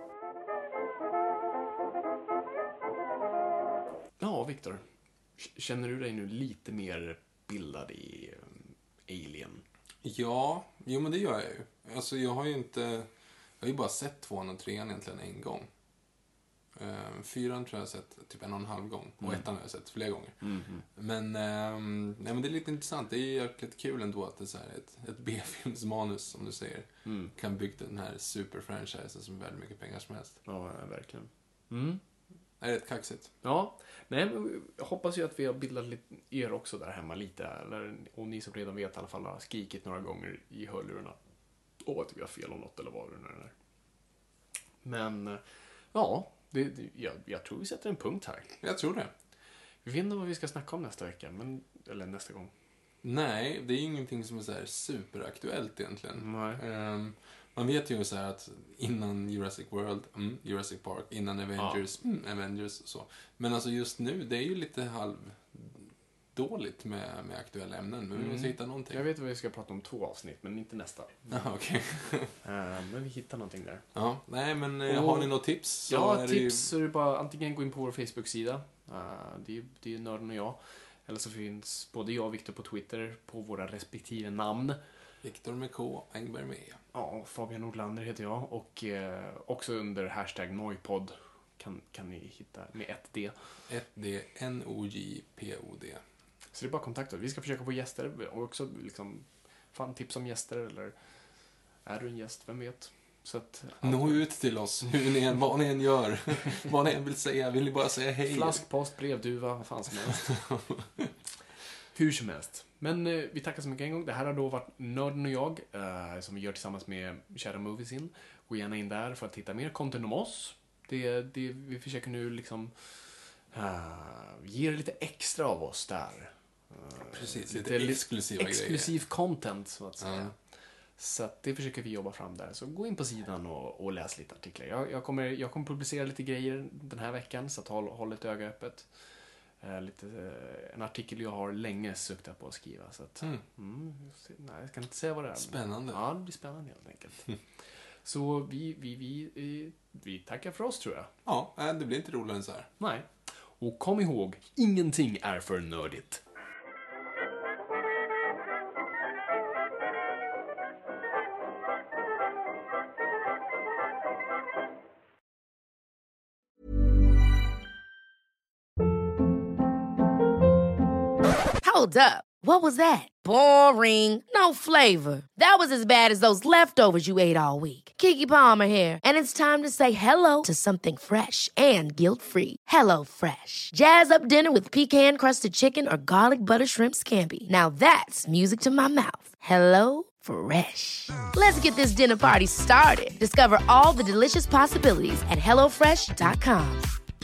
Ja, Victor, känner du dig nu lite mer bildad i um, Alien? Ja, jo men det gör jag ju. Alltså jag har ju inte, jag har ju bara sett tvåan och trean egentligen en gång. Uh, fyran tror jag har sett typ en och en halv gång. Och mm. ettan har jag sett flera gånger. Mm-hmm. Men, uh, nej, men det är lite intressant. Det är jäkligt kul ändå att det är så här ett, ett B-filmsmanus, som du säger, mm. kan bygga den här super-franchisen som är väldigt mycket pengar som helst. Ja, verkligen. Mm. Är det ett kaxigt? Ja, nej, men jag hoppas ju att vi har bildat lite, er också där hemma lite. Eller, och ni som redan vet i alla fall har skrikit några gånger i hörlurarna. Åh, att vi har fel om något eller vad det nu är. Men, ja... Det, det, jag, jag tror vi sätter en punkt här. Jag tror det. Vi vet inte vad vi ska snacka om nästa vecka, men, eller nästa gång. Nej, det är ingenting som är så här superaktuellt egentligen. Nej. Um, man vet ju så här att innan Jurassic World, mm, Jurassic Park, innan Avengers, ja. mm, Avengers och så. Men alltså just nu, det är ju lite halv dåligt med, med aktuella ämnen. Men vi måste mm. hitta någonting. Jag vet vad vi ska prata om två avsnitt, men inte nästa. Aha, okej. uh, men vi hittar någonting där. Ja, nej men och, har ni något tips? Så ja, är tips det ju... så är det bara antingen gå in på vår Facebook-sida. Uh, det, är, det är Nörden och jag. Eller så finns både jag och Viktor på Twitter på våra respektive namn. Viktor med K, Engberg med E. Ja, Fabian Nordlander heter jag. Och eh, också under hashtag Noipod kan, kan ni hitta med ett D. ett D, N O J P O D. Så det är bara kontakta. Vi ska försöka få gäster och också liksom, fan tips om gäster eller är du en gäst, vem vet. Så att, nå ut till oss, hur ni än, vad ni än gör. Vad ni än vill säga, vill ni bara säga hej? Flaskpost, brevduva, vad fan som helst. Hur som helst. Men eh, vi tackar så mycket en gång. Det här har då varit Nörden och jag eh, som vi gör tillsammans med Shadow Movies in. Gå gärna in där för att titta mer content om oss. Det, det, vi försöker nu liksom uh, ge lite extra av oss där. Uh, Precis, lite, lite exklusiva exklusiv grejer. Exklusiv content så att säga. Mm. Så att det försöker vi jobba fram där. Så gå in på sidan och, och läs lite artiklar. Jag, jag, kommer, jag kommer publicera lite grejer den här veckan så att håll, håll ett öga öppet. Uh, lite, uh, en artikel jag har länge suktat på att skriva. Så att, mm. Mm, nej, jag kan inte säga vad det är. Spännande. Ja, det blir spännande helt enkelt. Så vi, vi, vi, vi, vi tackar för oss, tror jag. Ja, det blir inte roligare än så här. Nej. Och kom ihåg, ingenting är för nördigt. Hold up. What was that? Boring. No flavor. That was as bad as those leftovers you ate all week. Keke Palmer here, and it's time to say hello to something fresh and guilt-free. Hello Fresh. Jazz up dinner with pecan-crusted chicken or garlic butter shrimp scampi. Now that's music to my mouth. Hello Fresh. Let's get this dinner party started. Discover all the delicious possibilities at hello fresh dot com.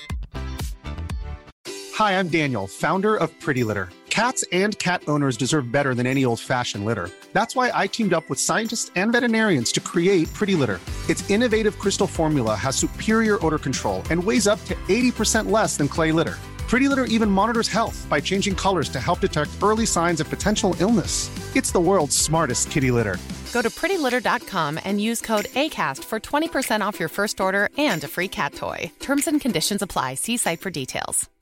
Hi, I'm Daniel, founder of Pretty Litter. Cats and cat owners deserve better than any old-fashioned litter. That's why I teamed up with scientists and veterinarians to create Pretty Litter. Its innovative crystal formula has superior odor control and weighs up to eighty percent less than clay litter. Pretty Litter even monitors health by changing colors to help detect early signs of potential illness. It's the world's smartest kitty litter. Go to pretty litter dot com and use code ACAST for twenty percent off your first order and a free cat toy. Terms and conditions apply. See site for details.